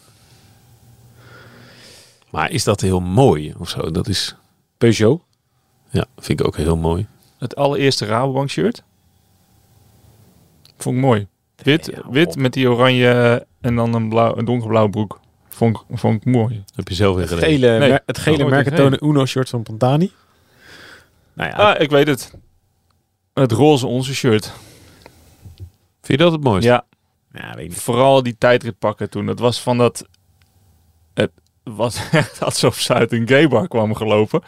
[SPEAKER 1] Maar is dat heel mooi of zo? Dat is...
[SPEAKER 3] Peugeot.
[SPEAKER 1] Ja, vind ik ook heel mooi.
[SPEAKER 2] Het allereerste Rabobank shirt. Vond ik mooi. Wit,
[SPEAKER 3] Ja,
[SPEAKER 2] wit
[SPEAKER 3] op.
[SPEAKER 2] met die oranje en dan een donkerblauwe broek. Vond ik mooi.
[SPEAKER 1] Heb je zelf in
[SPEAKER 3] Het
[SPEAKER 1] gereden?
[SPEAKER 3] gele,
[SPEAKER 2] Nee.
[SPEAKER 3] het gele
[SPEAKER 2] Oh,
[SPEAKER 3] Mercatone Uno shirt van Pantani. Nou ja,
[SPEAKER 2] Ah, ik weet het. Het roze onze shirt.
[SPEAKER 1] Vind je dat het mooiste?
[SPEAKER 2] Ja,
[SPEAKER 3] ja, weet ik niet.
[SPEAKER 2] vooral die tijdrit pakken toen. Het was van dat... Het was echt alsof ze uit een gaybar kwamen gelopen.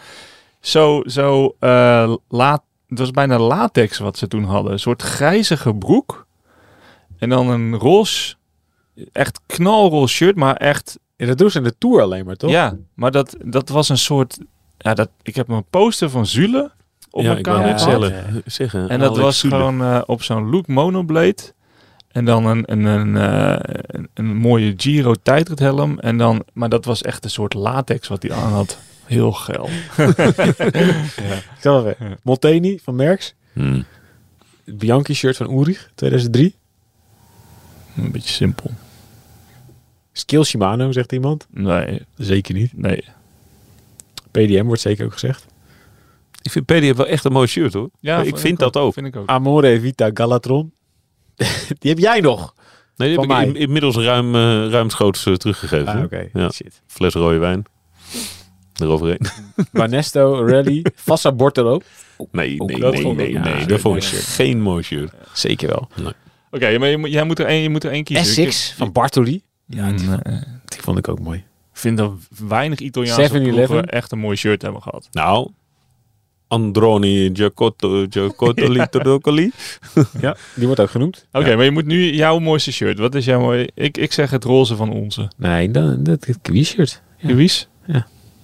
[SPEAKER 2] Het was bijna latex wat ze toen hadden. Een soort grijzige broek. En dan een roze, echt knalroze shirt, maar echt...
[SPEAKER 3] Ja, dat doen ze in de Tour alleen maar, toch?
[SPEAKER 2] Ja, maar dat was een soort... Ja, ik heb een poster van Zule op
[SPEAKER 1] Ja,
[SPEAKER 2] mijn
[SPEAKER 1] ik wou
[SPEAKER 2] kamer
[SPEAKER 1] net
[SPEAKER 3] Ja.
[SPEAKER 2] gehad.
[SPEAKER 1] zeggen.
[SPEAKER 2] En dat
[SPEAKER 1] Alex
[SPEAKER 2] was
[SPEAKER 1] Zule.
[SPEAKER 2] gewoon op zo'n Look Monoblade. En dan een mooie Giro tijdrithelm. En dan, maar dat was echt een soort latex wat hij aan had. Heel geil.
[SPEAKER 3] Ik zal wel weer. Molteni van Merckx. Het Bianchi shirt van Ulrich 2003.
[SPEAKER 2] Een beetje simpel.
[SPEAKER 3] Skill Shimano, zegt iemand.
[SPEAKER 2] Nee.
[SPEAKER 3] Zeker niet.
[SPEAKER 2] Nee.
[SPEAKER 3] PDM wordt zeker ook gezegd.
[SPEAKER 1] Ik vind PDF wel echt een mooi shirt, hoor.
[SPEAKER 2] Ja,
[SPEAKER 1] ik vind dat ook.
[SPEAKER 2] Vind ik ook.
[SPEAKER 3] Amore Vita Galatron. Die heb jij nog.
[SPEAKER 1] Nee, die
[SPEAKER 3] Van
[SPEAKER 1] heb ik
[SPEAKER 3] mij.
[SPEAKER 1] inmiddels ruimschoots teruggegeven.
[SPEAKER 3] Ah, oké.
[SPEAKER 1] Ja.
[SPEAKER 3] Shit.
[SPEAKER 1] Fles rode wijn. Eroverheen.
[SPEAKER 3] Banesto, Rally, Fassa Bortolo.
[SPEAKER 1] Nee.
[SPEAKER 3] dat
[SPEAKER 1] Dat
[SPEAKER 3] vond ik
[SPEAKER 1] vond
[SPEAKER 3] mooi
[SPEAKER 1] ik
[SPEAKER 3] shirt.
[SPEAKER 1] geen mooi shirt.
[SPEAKER 3] Zeker wel.
[SPEAKER 2] Oké, maar jij moet er één kiezen.
[SPEAKER 3] Essex van Bartoli.
[SPEAKER 2] Ja,
[SPEAKER 3] Die vond ik ook mooi.
[SPEAKER 2] ik vind dat weinig Italiaanse
[SPEAKER 3] 7-Eleven.
[SPEAKER 2] ploegen echt een mooi shirt hebben gehad.
[SPEAKER 1] Nou, Androni Giacottoli.
[SPEAKER 3] Ja, die wordt ook genoemd.
[SPEAKER 2] Oké, maar je moet nu jouw mooiste shirt. Wat is jouw mooie? Ik zeg het roze van onze.
[SPEAKER 3] Nee, dat Kiwi-shirt. Ja.
[SPEAKER 2] Luis?
[SPEAKER 3] Ja.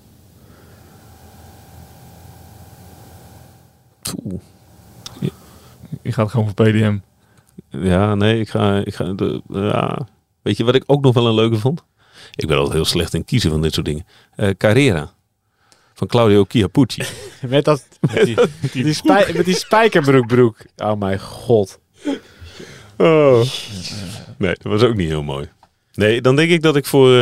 [SPEAKER 1] Oeh.
[SPEAKER 2] Je gaat gewoon voor PDM.
[SPEAKER 1] Ja, nee, ik ga Weet je wat ik ook nog wel een leuke vond? Ik ben altijd heel slecht in kiezen van dit soort dingen. Carrera. Van Claudio Chiappucci.
[SPEAKER 3] Met die spijkerbroek. Oh mijn god.
[SPEAKER 1] Oh. Nee, dat was ook niet heel mooi. Nee, dan denk ik dat ik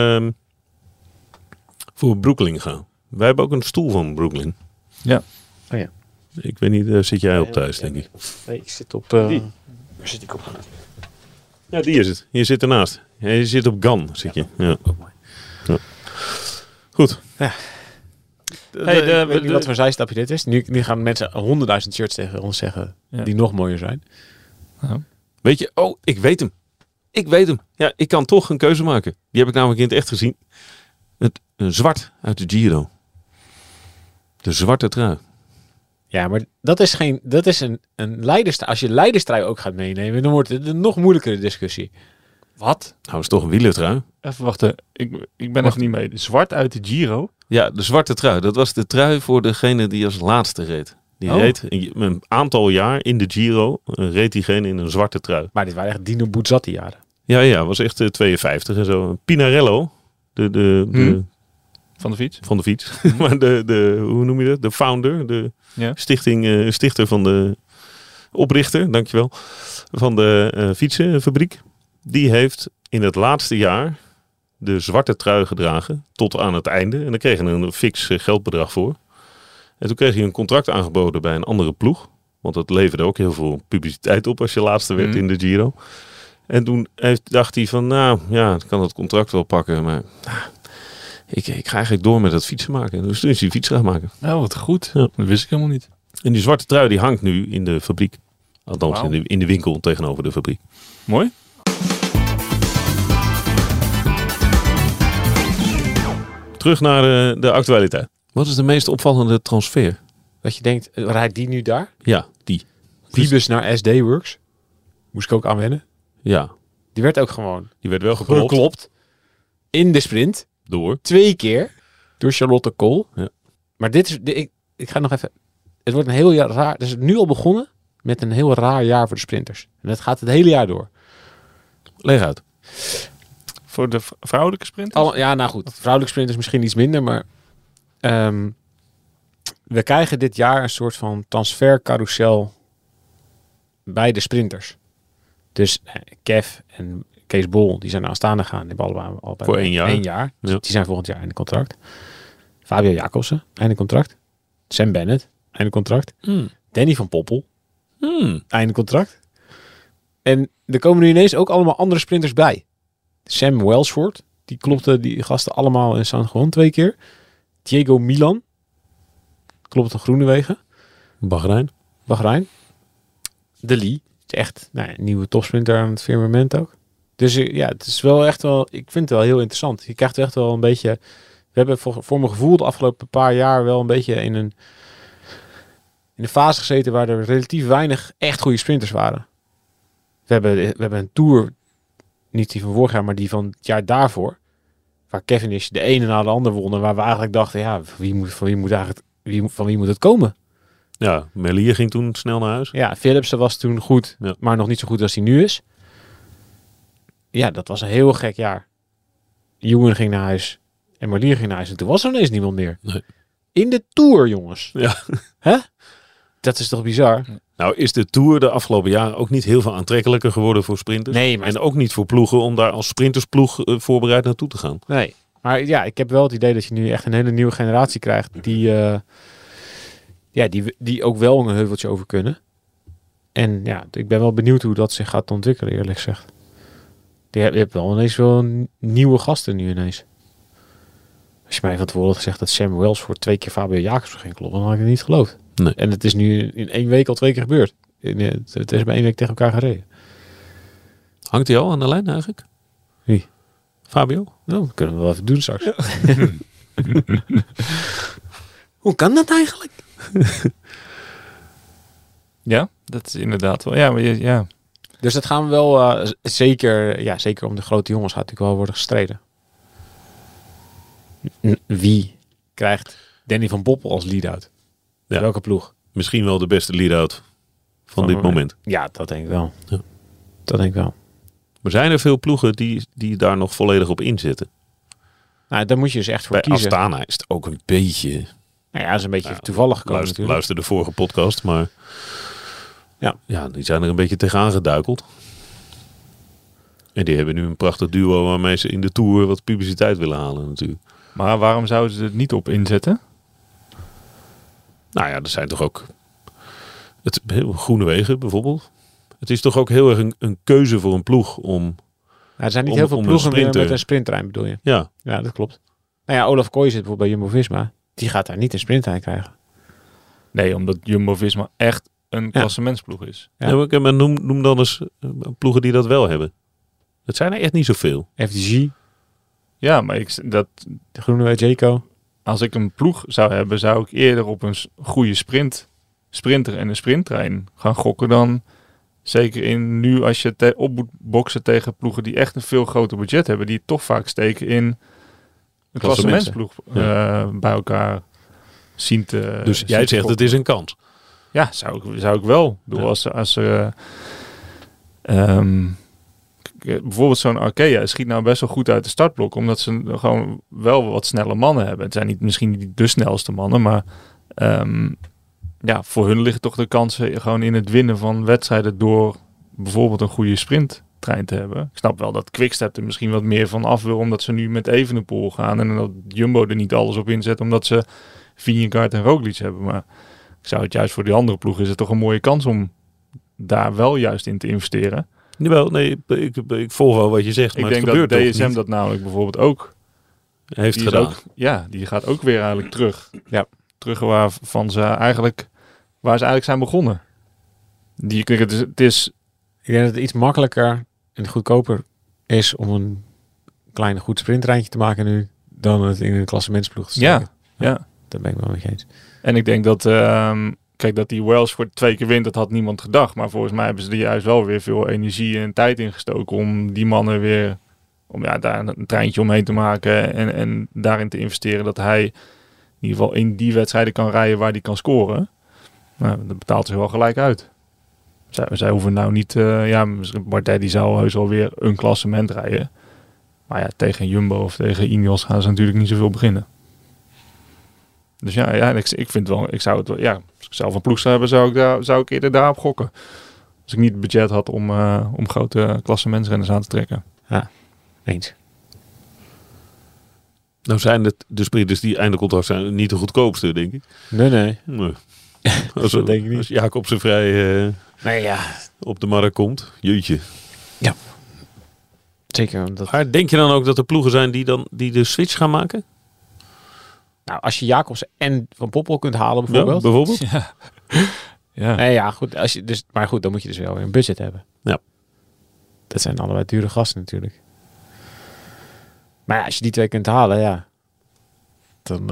[SPEAKER 1] voor Brooklyn ga. Wij hebben ook een stoel van Brooklyn.
[SPEAKER 2] Ja.
[SPEAKER 3] Oh ja.
[SPEAKER 1] Ik weet niet, daar zit jij op thuis, denk ik.
[SPEAKER 3] Nee, ik zit op...
[SPEAKER 1] Die.
[SPEAKER 3] Waar zit ik op?
[SPEAKER 1] Ja, die is het. Je zit ernaast. Ja, je zit op GAN, zit je. Ja.
[SPEAKER 3] Ook mooi.
[SPEAKER 1] Ja. Goed.
[SPEAKER 3] Ja. Ik weet niet wat voor zijstapje dit is. Nu gaan mensen 100.000 shirts tegen ons zeggen die nog mooier zijn.
[SPEAKER 1] Weet je, ik weet hem. Ik weet hem. Ja, ik kan toch een keuze maken. Die heb ik namelijk in het echt gezien. Een zwart uit de Giro. De zwarte trui.
[SPEAKER 3] Ja, maar dat is een leiderstrui. Als je leiderstrui ook gaat meenemen, dan wordt het een nog moeilijkere discussie.
[SPEAKER 2] Wat?
[SPEAKER 1] Nou, is toch een wielertrui?
[SPEAKER 2] Even wachten. Ik ben even niet mee. Zwart uit de Giro.
[SPEAKER 1] Ja, de zwarte trui. Dat was de trui voor degene die als laatste reed. Die reed een aantal jaar in de Giro. Reed diegene in een zwarte trui.
[SPEAKER 3] Maar dit waren echt Dino Buzzati jaren.
[SPEAKER 1] Ja, was echt 52 en zo. Pinarello.
[SPEAKER 2] Van de fiets.
[SPEAKER 1] Van de fiets. Maar hoe noem je dat? De founder. De stichter van de oprichter, dankjewel. Van de fietsenfabriek. Die heeft in het laatste jaar de zwarte trui gedragen tot aan het einde. En daar kreeg hij een fix geldbedrag voor. En toen kreeg hij een contract aangeboden bij een andere ploeg. Want dat leverde ook heel veel publiciteit op als je laatste werd in de Giro. En toen dacht hij van, ik kan dat contract wel pakken. Maar ik ga eigenlijk door met het fietsen maken. Dus toen is hij fiets gaan maken.
[SPEAKER 2] Nou, wat goed.
[SPEAKER 1] Ja.
[SPEAKER 2] Dat wist ik helemaal niet.
[SPEAKER 1] En die zwarte trui die hangt nu in de fabriek. Althans in de winkel tegenover de fabriek.
[SPEAKER 2] Mooi.
[SPEAKER 1] Terug naar de actualiteit. Wat is de meest opvallende transfer?
[SPEAKER 3] Dat je denkt, rijdt die nu daar?
[SPEAKER 1] Ja, die.
[SPEAKER 3] Wiebes naar SD Works. Moest ik ook aanwennen.
[SPEAKER 1] Ja,
[SPEAKER 3] Die werd ook gewoon
[SPEAKER 1] die werd wel geklopt.
[SPEAKER 3] geklopt. In de sprint.
[SPEAKER 1] Door.
[SPEAKER 3] 2 keer. Door Charlotte Kool.
[SPEAKER 1] Ja.
[SPEAKER 3] Maar dit is... Ik ga nog even... Het wordt een heel jaar raar... Het is nu al begonnen met een heel raar jaar voor de sprinters. En dat gaat het hele jaar door.
[SPEAKER 1] Leg uit.
[SPEAKER 2] Voor de vrouwelijke sprinters?
[SPEAKER 3] Ja, nou goed. Vrouwelijke sprinters misschien iets minder, maar... we krijgen dit jaar een soort van transfercarousel bij de sprinters. Dus Kev en Kees Bol, die zijn aanstaande gaan. Die hebben allebei
[SPEAKER 1] Voor 1 jaar.
[SPEAKER 3] 1 jaar. Dus
[SPEAKER 1] Ja.
[SPEAKER 3] die zijn volgend jaar einde contract. Fabio Jacobsen, einde contract. Sam Bennett, einde contract. Danny van Poppel, einde contract. En er komen nu ineens ook allemaal andere sprinters bij. Sam Welsford, die klopte die gasten allemaal in San Juan 2 keer. Diego Milan, klopte Groenewegen. Bahrein. De Lee, is echt een nieuwe topsprinter aan het firmament ook. Dus het is wel echt wel, ik vind het wel heel interessant. Je krijgt echt wel een beetje, we hebben voor mijn gevoel de afgelopen paar jaar wel een beetje in een fase gezeten waar er relatief weinig echt goede sprinters waren. We hebben een Tour, niet die van vorig jaar, maar die van het jaar daarvoor, waar Cavendish de ene na de ander won en waar we eigenlijk dachten, van wie moet het komen?
[SPEAKER 1] Ja, Merlier ging toen snel naar huis.
[SPEAKER 3] Ja, Philipsen was toen goed, maar nog niet zo goed als hij nu is. ja, dat was een heel gek jaar. Ewan ging naar huis en Merlier ging naar huis. En toen was er ineens niemand meer.
[SPEAKER 1] Nee.
[SPEAKER 3] In de Tour, jongens.
[SPEAKER 1] Ja.
[SPEAKER 3] Hè? Dat is toch bizar?
[SPEAKER 1] Nou is de Tour de afgelopen jaren ook niet heel veel aantrekkelijker geworden voor sprinters.
[SPEAKER 3] Nee, maar...
[SPEAKER 1] En ook niet voor ploegen om daar als sprintersploeg voorbereid naartoe te gaan.
[SPEAKER 3] Nee. Maar ja, ik heb wel het idee dat je nu echt een hele nieuwe generatie krijgt die ook wel een heuveltje over kunnen. En ja, ik ben wel benieuwd hoe dat zich gaat ontwikkelen, eerlijk gezegd. Je hebt wel ineens nieuwe gasten nu ineens. Als je mij van tevoren had gezegd dat Sam Wells voor 2 keer Fabio Jacobs ging kloppen, dan had ik het niet geloofd.
[SPEAKER 1] Nee.
[SPEAKER 3] En het is nu in 1 week al 2 keer gebeurd. Het is bij 1 week tegen elkaar gereden.
[SPEAKER 1] Hangt hij al aan de lijn eigenlijk?
[SPEAKER 3] Wie?
[SPEAKER 1] Fabio?
[SPEAKER 3] Nou, dat kunnen we wel even doen straks. Ja. Hoe kan dat eigenlijk?
[SPEAKER 2] Ja, dat is inderdaad wel. Ja, maar ja.
[SPEAKER 3] Dus dat gaan we wel zeker om de grote jongens gaat natuurlijk wel worden gestreden. Wie krijgt Danny van Poppel als lead-out?
[SPEAKER 1] Ja.
[SPEAKER 3] Welke ploeg?
[SPEAKER 1] Misschien wel de beste lead-out van dit moment.
[SPEAKER 3] Ja, dat denk ik wel.
[SPEAKER 1] Ja.
[SPEAKER 3] Dat denk ik wel.
[SPEAKER 1] Maar zijn er veel ploegen die daar nog volledig op inzetten?
[SPEAKER 3] Nou, daar moet je dus echt voor
[SPEAKER 1] Bij
[SPEAKER 3] kiezen.
[SPEAKER 1] Astana is het ook een beetje...
[SPEAKER 3] Nou ja, dat is een beetje toevallig gekomen natuurlijk.
[SPEAKER 1] Luister de vorige podcast, maar... Ja, die zijn er een beetje tegenaan geduikeld. En die hebben nu een prachtig duo waarmee ze in de Tour wat publiciteit willen halen natuurlijk.
[SPEAKER 2] Maar waarom zouden ze het niet op inzetten?
[SPEAKER 1] Nou ja, er zijn toch ook... Groenewegen bijvoorbeeld. Het is toch ook heel erg een keuze voor een ploeg om...
[SPEAKER 3] Er zijn niet heel veel ploegen meer met een sprinttrein, bedoel je?
[SPEAKER 1] Ja.
[SPEAKER 3] Ja, dat klopt. Nou ja, Olaf Kooi zit bijvoorbeeld bij Jumbo-Visma. Die gaat daar niet een sprinttrein krijgen.
[SPEAKER 2] Nee, omdat Jumbo-Visma echt een klassementsploeg is.
[SPEAKER 1] Ja. Ja, maar noem dan eens ploegen die dat wel hebben. Dat zijn er echt niet zoveel.
[SPEAKER 3] FDG.
[SPEAKER 2] Ja, maar
[SPEAKER 3] de Groeneweg, Jayco.
[SPEAKER 2] Als ik een ploeg zou hebben, zou ik eerder op een goede sprinter en een sprinttrein gaan gokken dan... Zeker in nu als je op moet boksen tegen ploegen die echt een veel groter budget hebben. Die toch vaak steken in een klassementsploeg bij elkaar zien te...
[SPEAKER 1] Dus jij zegt het is een kans.
[SPEAKER 2] Ja, zou ik wel. Ik bedoel, als bijvoorbeeld zo'n Arkea schiet nou best wel goed uit de startblok. Omdat ze gewoon wel wat snelle mannen hebben. Het zijn misschien niet de snelste mannen, maar... voor hun liggen toch de kansen gewoon in het winnen van wedstrijden door bijvoorbeeld een goede sprinttrein te hebben. Ik snap wel dat Quickstep er misschien wat meer van af wil, omdat ze nu met Evenepoel gaan en dat Jumbo er niet alles op inzet, omdat ze Vingegaard en Roglic hebben. Maar ik zou het juist voor die andere ploeg is het toch een mooie kans om daar wel juist in te investeren.
[SPEAKER 1] Jawel, nee, ik volg wel wat je zegt, maar
[SPEAKER 2] ik denk dat DSM dat namelijk bijvoorbeeld ook
[SPEAKER 1] heeft gedaan.
[SPEAKER 2] Die gaat ook weer eigenlijk terug. Ja, terug waar ze eigenlijk zijn begonnen. Ik denk dat
[SPEAKER 3] het iets makkelijker en goedkoper is om een klein goed sprinttreintje te maken nu dan het in een klassementsploeg te steken.
[SPEAKER 2] Ja.
[SPEAKER 3] Dat ben ik wel met je eens.
[SPEAKER 2] En ik denk dat dat die Wells voor 2 keer wint, dat had niemand gedacht. Maar volgens mij hebben ze er juist wel weer veel energie en tijd in gestoken om die mannen weer daar een treintje omheen te maken en daarin te investeren dat hij in ieder geval in die wedstrijden kan rijden waar hij kan scoren. Nou, dat betaalt zich wel gelijk uit. Zij hoeven nou niet... Bardet die zou heus wel weer een klassement rijden. Maar ja, tegen Jumbo of tegen Ineos gaan ze natuurlijk niet zoveel beginnen. Dus ik vind wel... Ik zou het wel... Ja, als ik zelf een ploeg zou hebben, zou ik eerder daarop gokken. Als ik niet het budget had om grote klassementsrenners aan te trekken.
[SPEAKER 3] Ja, eens.
[SPEAKER 1] Nou zijn de sprinters die eindelijk zijn niet de goedkoopste, denk ik.
[SPEAKER 3] Nee.
[SPEAKER 1] Als
[SPEAKER 3] dat denk ik niet.
[SPEAKER 1] Als Jacobsen vrij op de markt komt. Jeetje.
[SPEAKER 3] Ja. Zeker.
[SPEAKER 1] Maar denk je dan ook dat er ploegen zijn die de switch gaan maken?
[SPEAKER 3] Nou, als je Jacobsen en Van Poppel kunt halen bijvoorbeeld.
[SPEAKER 1] Ja, bijvoorbeeld.
[SPEAKER 3] Ja. Nee, ja, goed. Maar goed, dan moet je dus wel weer een budget hebben.
[SPEAKER 1] Ja.
[SPEAKER 3] Dat zijn allebei dure gasten natuurlijk. Maar ja, als je die 2 kunt halen, dan...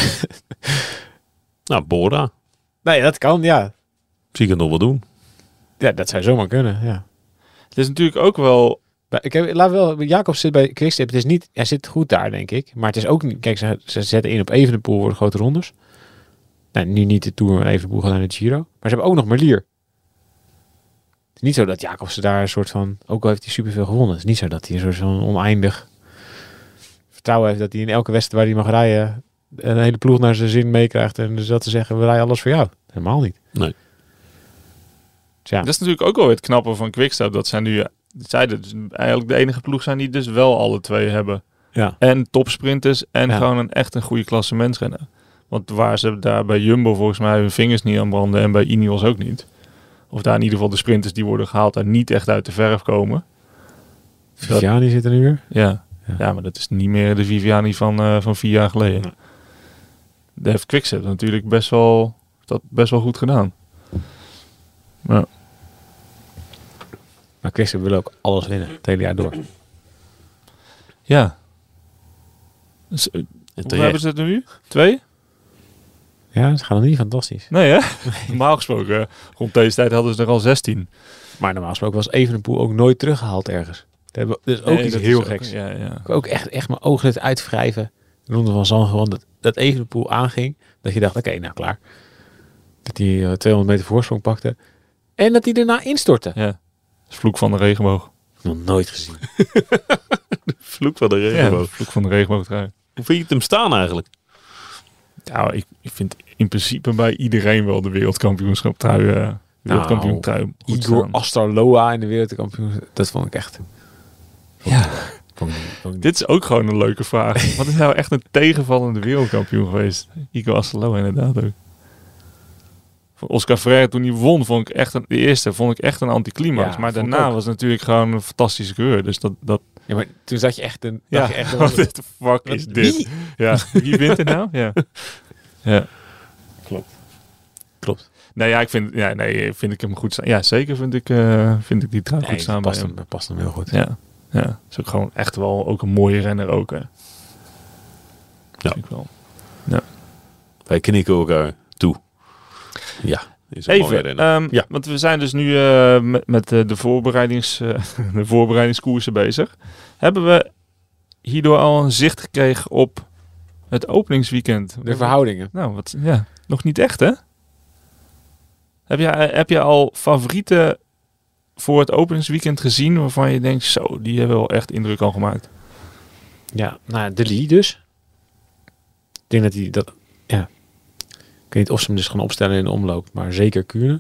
[SPEAKER 1] Nou, Bora.
[SPEAKER 3] Nee, dat kan, ja.
[SPEAKER 1] Zie ik het nog wel doen.
[SPEAKER 3] Ja, dat zou zomaar kunnen, ja.
[SPEAKER 2] Het is natuurlijk ook wel...
[SPEAKER 3] Jacobs zit bij Quickstep. Het is niet... Hij zit goed daar, denk ik. Maar het is ook niet... Kijk, ze zetten in op Evenepoel voor de grote rondes. Nou, nu niet de Tour, maar Evenepoel gaat naar de Giro. Maar ze hebben ook nog Merlier. Het is niet zo dat Jacobsen daar een soort van... Ook al heeft hij superveel gewonnen. Het is niet zo dat hij een soort van oneindig vertrouwen heeft... dat hij in elke wedstrijd waar hij mag rijden... een hele ploeg naar zijn zin meekrijgt. En dus dat te zeggen, we rijden alles voor jou. Helemaal niet.
[SPEAKER 1] Nee.
[SPEAKER 3] Dus ja.
[SPEAKER 2] Dat is natuurlijk ook wel het knappe van Quickstep. Dat zijn nu... zij dus eigenlijk de enige ploeg zijn die dus wel alle twee hebben.
[SPEAKER 3] Ja.
[SPEAKER 2] En topsprinters en
[SPEAKER 3] Ja.
[SPEAKER 2] gewoon echt een goede klassementsrenner. Want waar ze daar bij Jumbo volgens mij hun vingers niet aan branden en bij Ineos ook niet. Of daar in ieder geval de sprinters die worden gehaald daar niet echt uit de verf komen.
[SPEAKER 3] Viviani zit er nu weer.
[SPEAKER 2] Ja.
[SPEAKER 3] Ja.
[SPEAKER 2] Ja, maar dat is niet meer de Viviani van 4 jaar geleden.
[SPEAKER 3] Nee.
[SPEAKER 2] De heeft Quickstep natuurlijk best wel goed gedaan. Ja.
[SPEAKER 3] Maar Quickstep wil ook alles winnen. Het hele jaar door.
[SPEAKER 2] Ja. Dus, hoe hebben ze het nu? 2?
[SPEAKER 3] Ja, ze gaan nog niet fantastisch.
[SPEAKER 2] Nee hè? Normaal gesproken, rond deze tijd hadden ze er al 16.
[SPEAKER 3] Maar normaal gesproken was Evenepoel ook nooit teruggehaald ergens. Dat is ook
[SPEAKER 2] Nee,
[SPEAKER 3] iets
[SPEAKER 2] dat
[SPEAKER 3] heel
[SPEAKER 2] is ook-
[SPEAKER 3] geks.
[SPEAKER 2] Ja.
[SPEAKER 3] Ik heb ook echt mijn ogen het uitwrijven. De Ronde van Zand gewoon dat Evenepoel aanging. Dat je dacht, oké, nou klaar. Dat hij 200 meter voorsprong pakte. En dat hij daarna instortte.
[SPEAKER 2] Ja. Dat is vloek van de regenboog.
[SPEAKER 3] Nog nooit gezien.
[SPEAKER 1] Vloek van de
[SPEAKER 2] Ja,
[SPEAKER 1] regenboog.
[SPEAKER 2] vloek van de regenboogtrui.
[SPEAKER 1] Hoe vind je het hem staan eigenlijk?
[SPEAKER 2] Nou, ik vind in principe bij iedereen wel de wereldkampioenschap-trui goed
[SPEAKER 3] Igor
[SPEAKER 2] staan.
[SPEAKER 3] Astarloa in de wereldkampioen. Dat vond ik echt.
[SPEAKER 2] Ja.
[SPEAKER 3] Vond ik
[SPEAKER 2] Dit is ook gewoon een leuke vraag. Wat is nou echt een tegenvallende wereldkampioen geweest? Igor Astarloa inderdaad ook. Voor Oscar Freire toen hij won, vond ik echt de eerste vond ik echt een anticlimax.
[SPEAKER 3] Ja,
[SPEAKER 2] maar
[SPEAKER 3] vond ik
[SPEAKER 2] daarna
[SPEAKER 3] ook.
[SPEAKER 2] was het natuurlijk gewoon een fantastische coureur. Dus dat
[SPEAKER 3] Ja, maar toen zat je echt een.
[SPEAKER 2] ja,
[SPEAKER 3] dacht je echt,
[SPEAKER 2] wat de fuck is dit?
[SPEAKER 3] Wie?
[SPEAKER 2] Ja, wie wint er nou? Ja. Ja.
[SPEAKER 3] Klopt.
[SPEAKER 2] Nou ja, vind ik hem goed staan. Ja, zeker vind ik die trui goed staan bij hem.
[SPEAKER 3] Dat past hem heel goed.
[SPEAKER 2] Ja, ja. Is ook gewoon echt wel ook een mooie renner ook. Hè.
[SPEAKER 1] Ja.
[SPEAKER 2] Vind ik wel.
[SPEAKER 1] Wij knikken elkaar toe. Ja. Is een mooie
[SPEAKER 2] Even,
[SPEAKER 1] renner. Ja.
[SPEAKER 2] want we zijn dus nu met de de voorbereidingskoersen bezig. Hebben we hierdoor al een zicht gekregen op het openingsweekend?
[SPEAKER 3] De verhoudingen.
[SPEAKER 2] Nou, nog niet echt hè? Heb je al favorieten voor het openingsweekend gezien waarvan je denkt, zo, die hebben wel echt indruk al gemaakt?
[SPEAKER 3] Ja, nou, De Lee dus. Ik denk dat hij dat. Ja. Ik weet niet of ze hem dus gaan opstellen in de omloop, maar zeker Kuurne.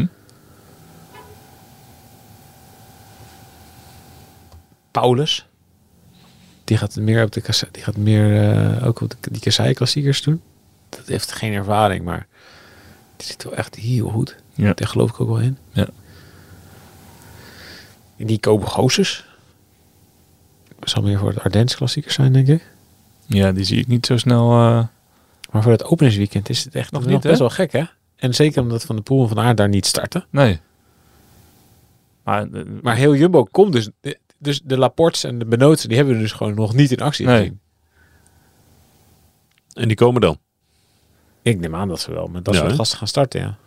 [SPEAKER 3] Paulus. Die gaat meer op de die gaat meer ook op die kassei-klassiekers doen. Dat heeft geen ervaring, maar die zit wel echt heel goed.
[SPEAKER 2] Ja.
[SPEAKER 3] Daar geloof ik ook wel in.
[SPEAKER 2] Ja.
[SPEAKER 3] Die Kobe Goossens. Zal meer voor het Ardennes-klassiekers zijn, denk ik.
[SPEAKER 2] Ja, die zie ik niet zo snel.
[SPEAKER 3] Maar voor het openingsweekend is het echt
[SPEAKER 2] Nog
[SPEAKER 3] nog
[SPEAKER 2] niet,
[SPEAKER 3] best
[SPEAKER 2] hè?
[SPEAKER 3] wel gek, hè? En zeker omdat Van der Poel en Van Aert daar niet starten.
[SPEAKER 2] Nee.
[SPEAKER 3] Maar heel Jumbo komt dus... Dus de Laportes en de Benootsen, die hebben we dus gewoon nog niet in actie
[SPEAKER 2] Nee.
[SPEAKER 3] gezien.
[SPEAKER 1] En die komen dan.
[SPEAKER 3] Ik neem aan dat ze wel met dat
[SPEAKER 1] Ja,
[SPEAKER 3] soort
[SPEAKER 1] hè?
[SPEAKER 3] gasten gaan starten, ja.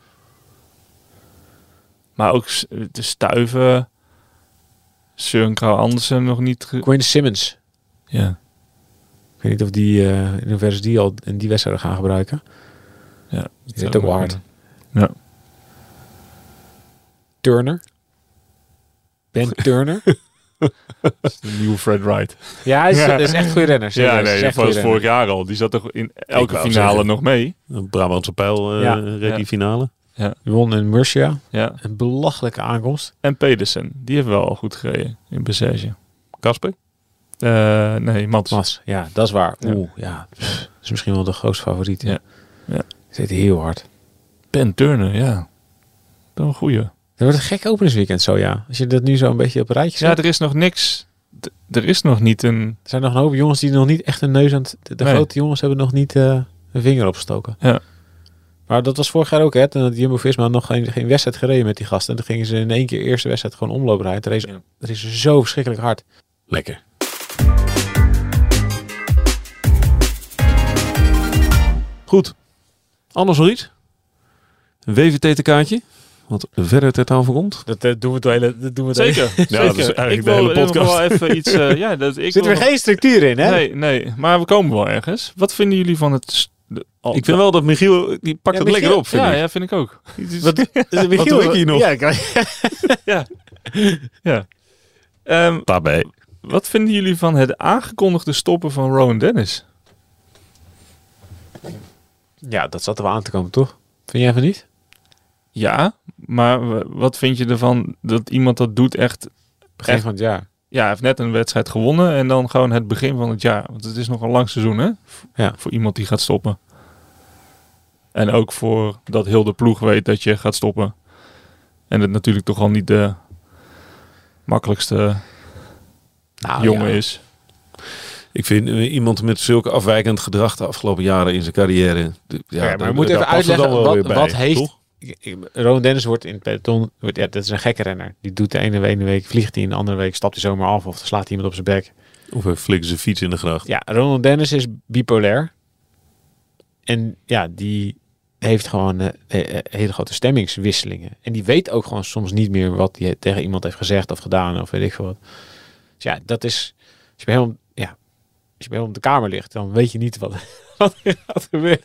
[SPEAKER 2] Maar ook de Stuiven, Søren Kragh Andersen nog niet.
[SPEAKER 3] Quinn Simmons.
[SPEAKER 2] Ja.
[SPEAKER 3] Ik weet niet of die, in hoeverre ze die al in die wedstrijden gaan gebruiken.
[SPEAKER 2] Ja.
[SPEAKER 3] Die zit ook wel hard.
[SPEAKER 2] Ja.
[SPEAKER 3] Turner. Ben Turner.
[SPEAKER 2] De nieuwe Fred Wright.
[SPEAKER 3] Ja, hij is echt een goede renner. serieus.
[SPEAKER 2] Ja,
[SPEAKER 3] Hij is
[SPEAKER 2] nee,
[SPEAKER 3] echt
[SPEAKER 2] dat
[SPEAKER 3] een
[SPEAKER 2] was
[SPEAKER 3] goede
[SPEAKER 2] vorig jaar al. Die zat toch in elke
[SPEAKER 1] wou
[SPEAKER 2] finale
[SPEAKER 1] zeggen.
[SPEAKER 2] nog mee.
[SPEAKER 1] Een Brabantse pijl
[SPEAKER 3] Ja.
[SPEAKER 1] reed die
[SPEAKER 2] Ja.
[SPEAKER 1] finale.
[SPEAKER 3] Die won in Murcia.
[SPEAKER 2] Ja.
[SPEAKER 3] Een belachelijke aankomst.
[SPEAKER 2] En Pedersen, die heeft wel al goed gereden in Bessèges.
[SPEAKER 1] Kasper?
[SPEAKER 2] Nee, Mats.
[SPEAKER 3] Mas, ja, dat is waar.
[SPEAKER 2] Ja.
[SPEAKER 3] Oeh, ja. Dat is misschien wel de grootste favoriet.
[SPEAKER 2] Ja. Ja.
[SPEAKER 3] Zit heel hard.
[SPEAKER 2] Ben Turner, ja. Dat een goeie.
[SPEAKER 3] Er wordt een gek openingsweekend zo, ja. Als je dat nu zo een beetje op een rijtje
[SPEAKER 2] Ja,
[SPEAKER 3] zet.
[SPEAKER 2] er is nog niks. Er is nog niet een...
[SPEAKER 3] Er zijn nog een hoop jongens die nog niet echt een neus aan het... De
[SPEAKER 2] Nee.
[SPEAKER 3] grote jongens hebben nog niet een vinger opgestoken.
[SPEAKER 2] Ja.
[SPEAKER 3] Maar dat was vorig jaar ook, hè. Toen had Jumbo-Visma nog geen wedstrijd gereden met die gasten. En toen gingen ze in één keer eerste wedstrijd gewoon omloop rijden. Er is zo verschrikkelijk hard.
[SPEAKER 1] Lekker. Goed. Anders nog iets? Een WVT-kaartje? Wat verder ter tafel komt?
[SPEAKER 3] Dat doen we het hele... Dat doen we het
[SPEAKER 2] Zeker.
[SPEAKER 1] Ja, dat is eigenlijk
[SPEAKER 2] Ik
[SPEAKER 1] de hele
[SPEAKER 2] wil
[SPEAKER 1] podcast.
[SPEAKER 2] wel even iets... ja, dat ik
[SPEAKER 3] Zit er
[SPEAKER 2] wil
[SPEAKER 3] geen structuur in, hè?
[SPEAKER 2] Nee, maar we komen wel ergens. Wat vinden jullie van het
[SPEAKER 1] Ik vind wel dat Michiel, die pakt het lekker op, vind ik.
[SPEAKER 2] Ja, vind ik ook.
[SPEAKER 3] Wat
[SPEAKER 1] doe ik hier nog?
[SPEAKER 3] Ja,
[SPEAKER 1] Daarbij.
[SPEAKER 2] Wat vinden jullie van het aangekondigde stoppen van Rowan Dennis?
[SPEAKER 3] ja, dat zat er wel aan te komen, toch? Vind jij van niet?
[SPEAKER 2] Ja, maar wat vind je ervan dat iemand dat doet echt...
[SPEAKER 3] Begin van het jaar.
[SPEAKER 2] Ja, hij heeft net een wedstrijd gewonnen en dan gewoon het begin van het jaar. Want het is nog een lang seizoen, hè?
[SPEAKER 3] Ja.
[SPEAKER 2] Voor iemand die gaat stoppen. En ook voor dat heel de ploeg weet dat je gaat stoppen. En het natuurlijk toch al niet de makkelijkste jongen is.
[SPEAKER 1] Ik vind iemand met zulke afwijkend gedrag de afgelopen jaren in zijn carrière...
[SPEAKER 3] maar we moeten even uitleggen, wat heeft... Rowan Dennis wordt in het peloton... dat is een gekke renner. Die doet de ene week vliegt hij, en de andere week stapt hij zomaar af of slaat hij iemand op zijn bek.
[SPEAKER 1] Of hij flikt zijn fiets in de gracht.
[SPEAKER 3] Ja, Rowan Dennis is bipolair. En ja, die heeft gewoon hele grote stemmingswisselingen. En die weet ook gewoon soms niet meer wat hij tegen iemand heeft gezegd of gedaan of weet ik veel wat. Dus ja, dat is... Als je bij hem op de kamer ligt, dan weet je niet wat er gaat gebeuren.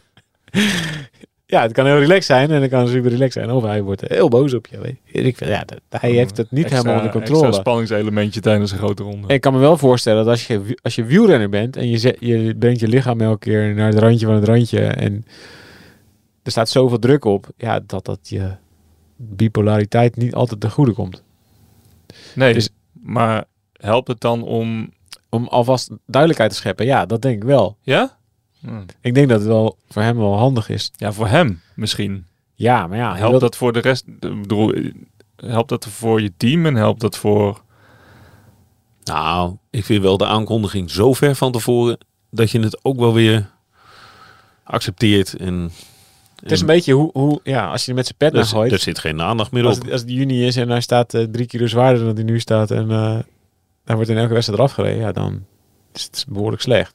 [SPEAKER 3] Ja, het kan heel relaxed zijn en het kan super relaxed zijn. Of hij wordt heel boos op je. Hij heeft het niet helemaal onder controle.
[SPEAKER 2] Een spanningselementje tijdens een grote ronde.
[SPEAKER 3] En ik kan me wel voorstellen dat als je wielrenner bent en je brengt je lichaam elke keer naar het randje van het randje en er staat zoveel druk op, ja, dat je bipolariteit niet altijd ten goede komt.
[SPEAKER 2] Nee,
[SPEAKER 3] Dus-
[SPEAKER 2] maar helpt het dan
[SPEAKER 3] Om alvast duidelijkheid te scheppen, ja, dat denk ik wel.
[SPEAKER 2] Ja?
[SPEAKER 3] Ik denk dat het wel voor hem wel handig is.
[SPEAKER 2] Ja, voor hem misschien.
[SPEAKER 3] Ja, maar ja,
[SPEAKER 2] Helpt dat voor de rest? Ik bedoel, helpt dat voor je team en helpt dat voor...
[SPEAKER 1] Nou, ik vind wel de aankondiging zo ver van tevoren dat je het ook wel weer accepteert. En
[SPEAKER 3] Het is een beetje hoe als je met zijn pet naar gooit.
[SPEAKER 1] er zit geen aandacht meer op.
[SPEAKER 3] Als het juni is en hij staat 3 kilo zwaarder dan hij nu staat en hij wordt in elke wedstrijd eraf gereden, ja, dan is het behoorlijk slecht.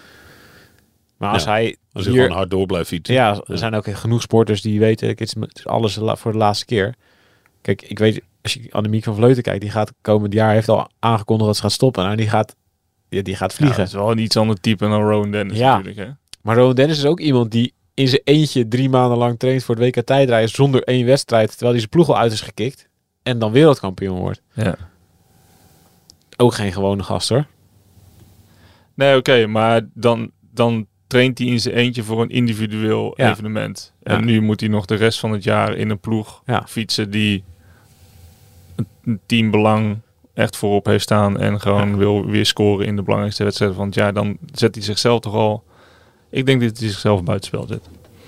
[SPEAKER 3] Maar als hij
[SPEAKER 1] Als je gewoon hard door blijft fietsen.
[SPEAKER 3] Ja, er zijn ook genoeg sporters die weten, het is alles voor de laatste keer. Kijk, ik weet, als je Annemiek van Vleuten kijkt, die gaat komend jaar, heeft al aangekondigd dat ze gaat stoppen. Nou, die gaat vliegen.
[SPEAKER 2] Ja, dat is wel een iets ander type dan Rowan Dennis natuurlijk. Hè?
[SPEAKER 3] Maar Rowan Dennis is ook iemand die in zijn eentje 3 maanden lang traint voor het WK tijdrijden zonder 1 wedstrijd, terwijl hij zijn ploeg al uit is gekikt en dan wereldkampioen wordt.
[SPEAKER 2] Ja.
[SPEAKER 3] Ook geen gewone gast, hoor.
[SPEAKER 2] Nee, oké, maar dan traint hij in zijn eentje voor een individueel evenement. En nu moet hij nog de rest van het jaar in een ploeg fietsen die een teambelang echt voorop heeft staan en gewoon wil weer scoren in de belangrijkste wedstrijd van het jaar. Dan zet hij zichzelf toch al... Ik denk dat hij zichzelf buitenspel zet.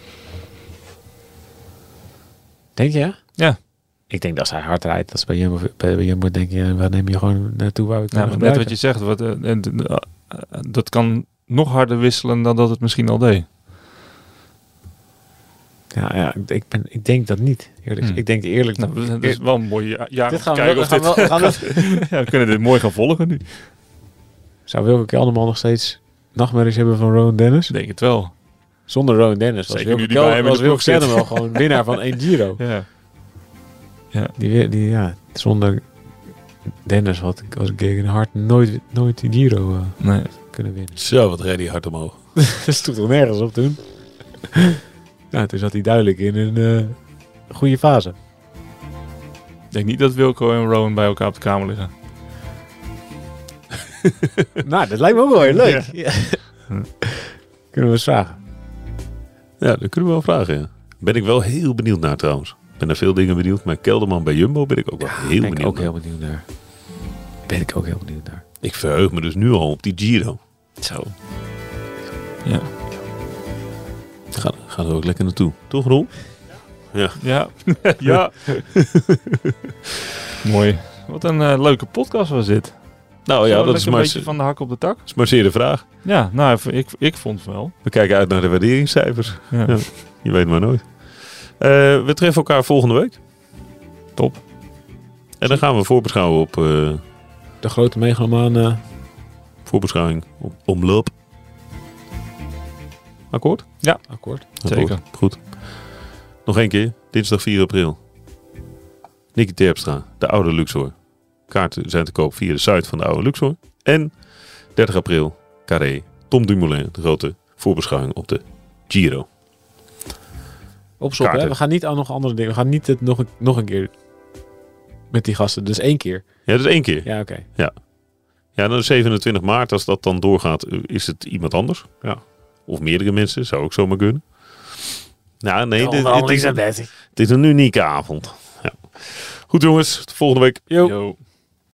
[SPEAKER 3] Denk je?
[SPEAKER 2] Ja.
[SPEAKER 3] Ik denk dat als hij hard rijdt, dat is bij Jumbo denk je, waar neem je gewoon naartoe waar we het
[SPEAKER 2] Nou, net wat je zegt, dat kan nog harder wisselen dan dat het misschien al deed.
[SPEAKER 3] Ja, ik denk dat niet. Eerlijk. Ik denk eerlijk.
[SPEAKER 2] Nou, dat is wel een mooie jaar.
[SPEAKER 3] Dit gaan we
[SPEAKER 2] we kunnen dit mooi gaan volgen nu.
[SPEAKER 3] Zou Wilco Kelderman nog steeds nachtmerries hebben van Rowan Dennis?
[SPEAKER 2] Denk het wel.
[SPEAKER 3] Zonder Rowan Dennis was
[SPEAKER 2] Zeker nu die bij hem in de ploeg zit.
[SPEAKER 3] wel gewoon winnaar van 1 Giro.
[SPEAKER 2] Ja.
[SPEAKER 3] Zonder Dennis was Gegenhard nooit die Giro kunnen winnen.
[SPEAKER 1] Zo, wat reed hij hard omhoog.
[SPEAKER 3] Dat stond toch nergens op toen? Nou, toen zat hij duidelijk in een goede fase.
[SPEAKER 2] Ik denk niet dat Wilco en Rowan bij elkaar op de kamer liggen.
[SPEAKER 3] Nou, dat lijkt me ook wel heel leuk. Ja. Kunnen we eens vragen?
[SPEAKER 1] Ja, dat kunnen we wel vragen, ja. Ben ik wel heel benieuwd naar trouwens. Ik ben naar veel dingen benieuwd, maar Kelderman bij Jumbo ben ik ook wel heel benieuwd naar.
[SPEAKER 3] Ben ik ook heel benieuwd naar.
[SPEAKER 1] Ik verheug me dus nu al op die Giro.
[SPEAKER 3] Zo.
[SPEAKER 2] Ja.
[SPEAKER 1] Ga er ook lekker naartoe. Toch, Roel? Ja.
[SPEAKER 2] Ja. Ja. Mooi. Wat een leuke podcast was dit.
[SPEAKER 1] Nou ja, dat is
[SPEAKER 2] een
[SPEAKER 1] maar
[SPEAKER 2] beetje van de hak op de tak.
[SPEAKER 1] is maar zeer de vraag.
[SPEAKER 2] Ja, nou, ik vond het wel.
[SPEAKER 1] We kijken uit naar de waarderingscijfers.
[SPEAKER 2] Ja.
[SPEAKER 1] Ja, je weet maar nooit. We treffen elkaar volgende week.
[SPEAKER 2] Top.
[SPEAKER 1] En dan gaan we voorbeschouwen op...
[SPEAKER 3] De grote megalomaan.
[SPEAKER 1] voorbeschouwing op Omloop. Akkoord?
[SPEAKER 2] Ja,
[SPEAKER 3] Akkoord.
[SPEAKER 2] zeker.
[SPEAKER 1] Goed. Nog één keer. Dinsdag 4 april. Nicky Terpstra, de Oude Luxor. Kaarten zijn te koop via de site van de Oude Luxor. En 30 april, Carré, Tom Dumoulin, de grote voorbeschouwing op de Giro.
[SPEAKER 3] Opzop, hè?
[SPEAKER 1] Kaarten.
[SPEAKER 3] We gaan niet aan nog andere dingen. We gaan niet het nog een keer met die gasten. Dus 1 keer.
[SPEAKER 1] Ja, dat is 1 keer.
[SPEAKER 3] Ja, oké.
[SPEAKER 1] Ja, dan 27 maart, als dat dan doorgaat, is het iemand anders.
[SPEAKER 3] Ja.
[SPEAKER 1] Of meerdere mensen, zou ook zomaar kunnen. Ja, nee,
[SPEAKER 3] Onder andere
[SPEAKER 1] het is een unieke avond. Ja. Goed jongens, tot volgende week.
[SPEAKER 3] Yo.
[SPEAKER 2] Yo.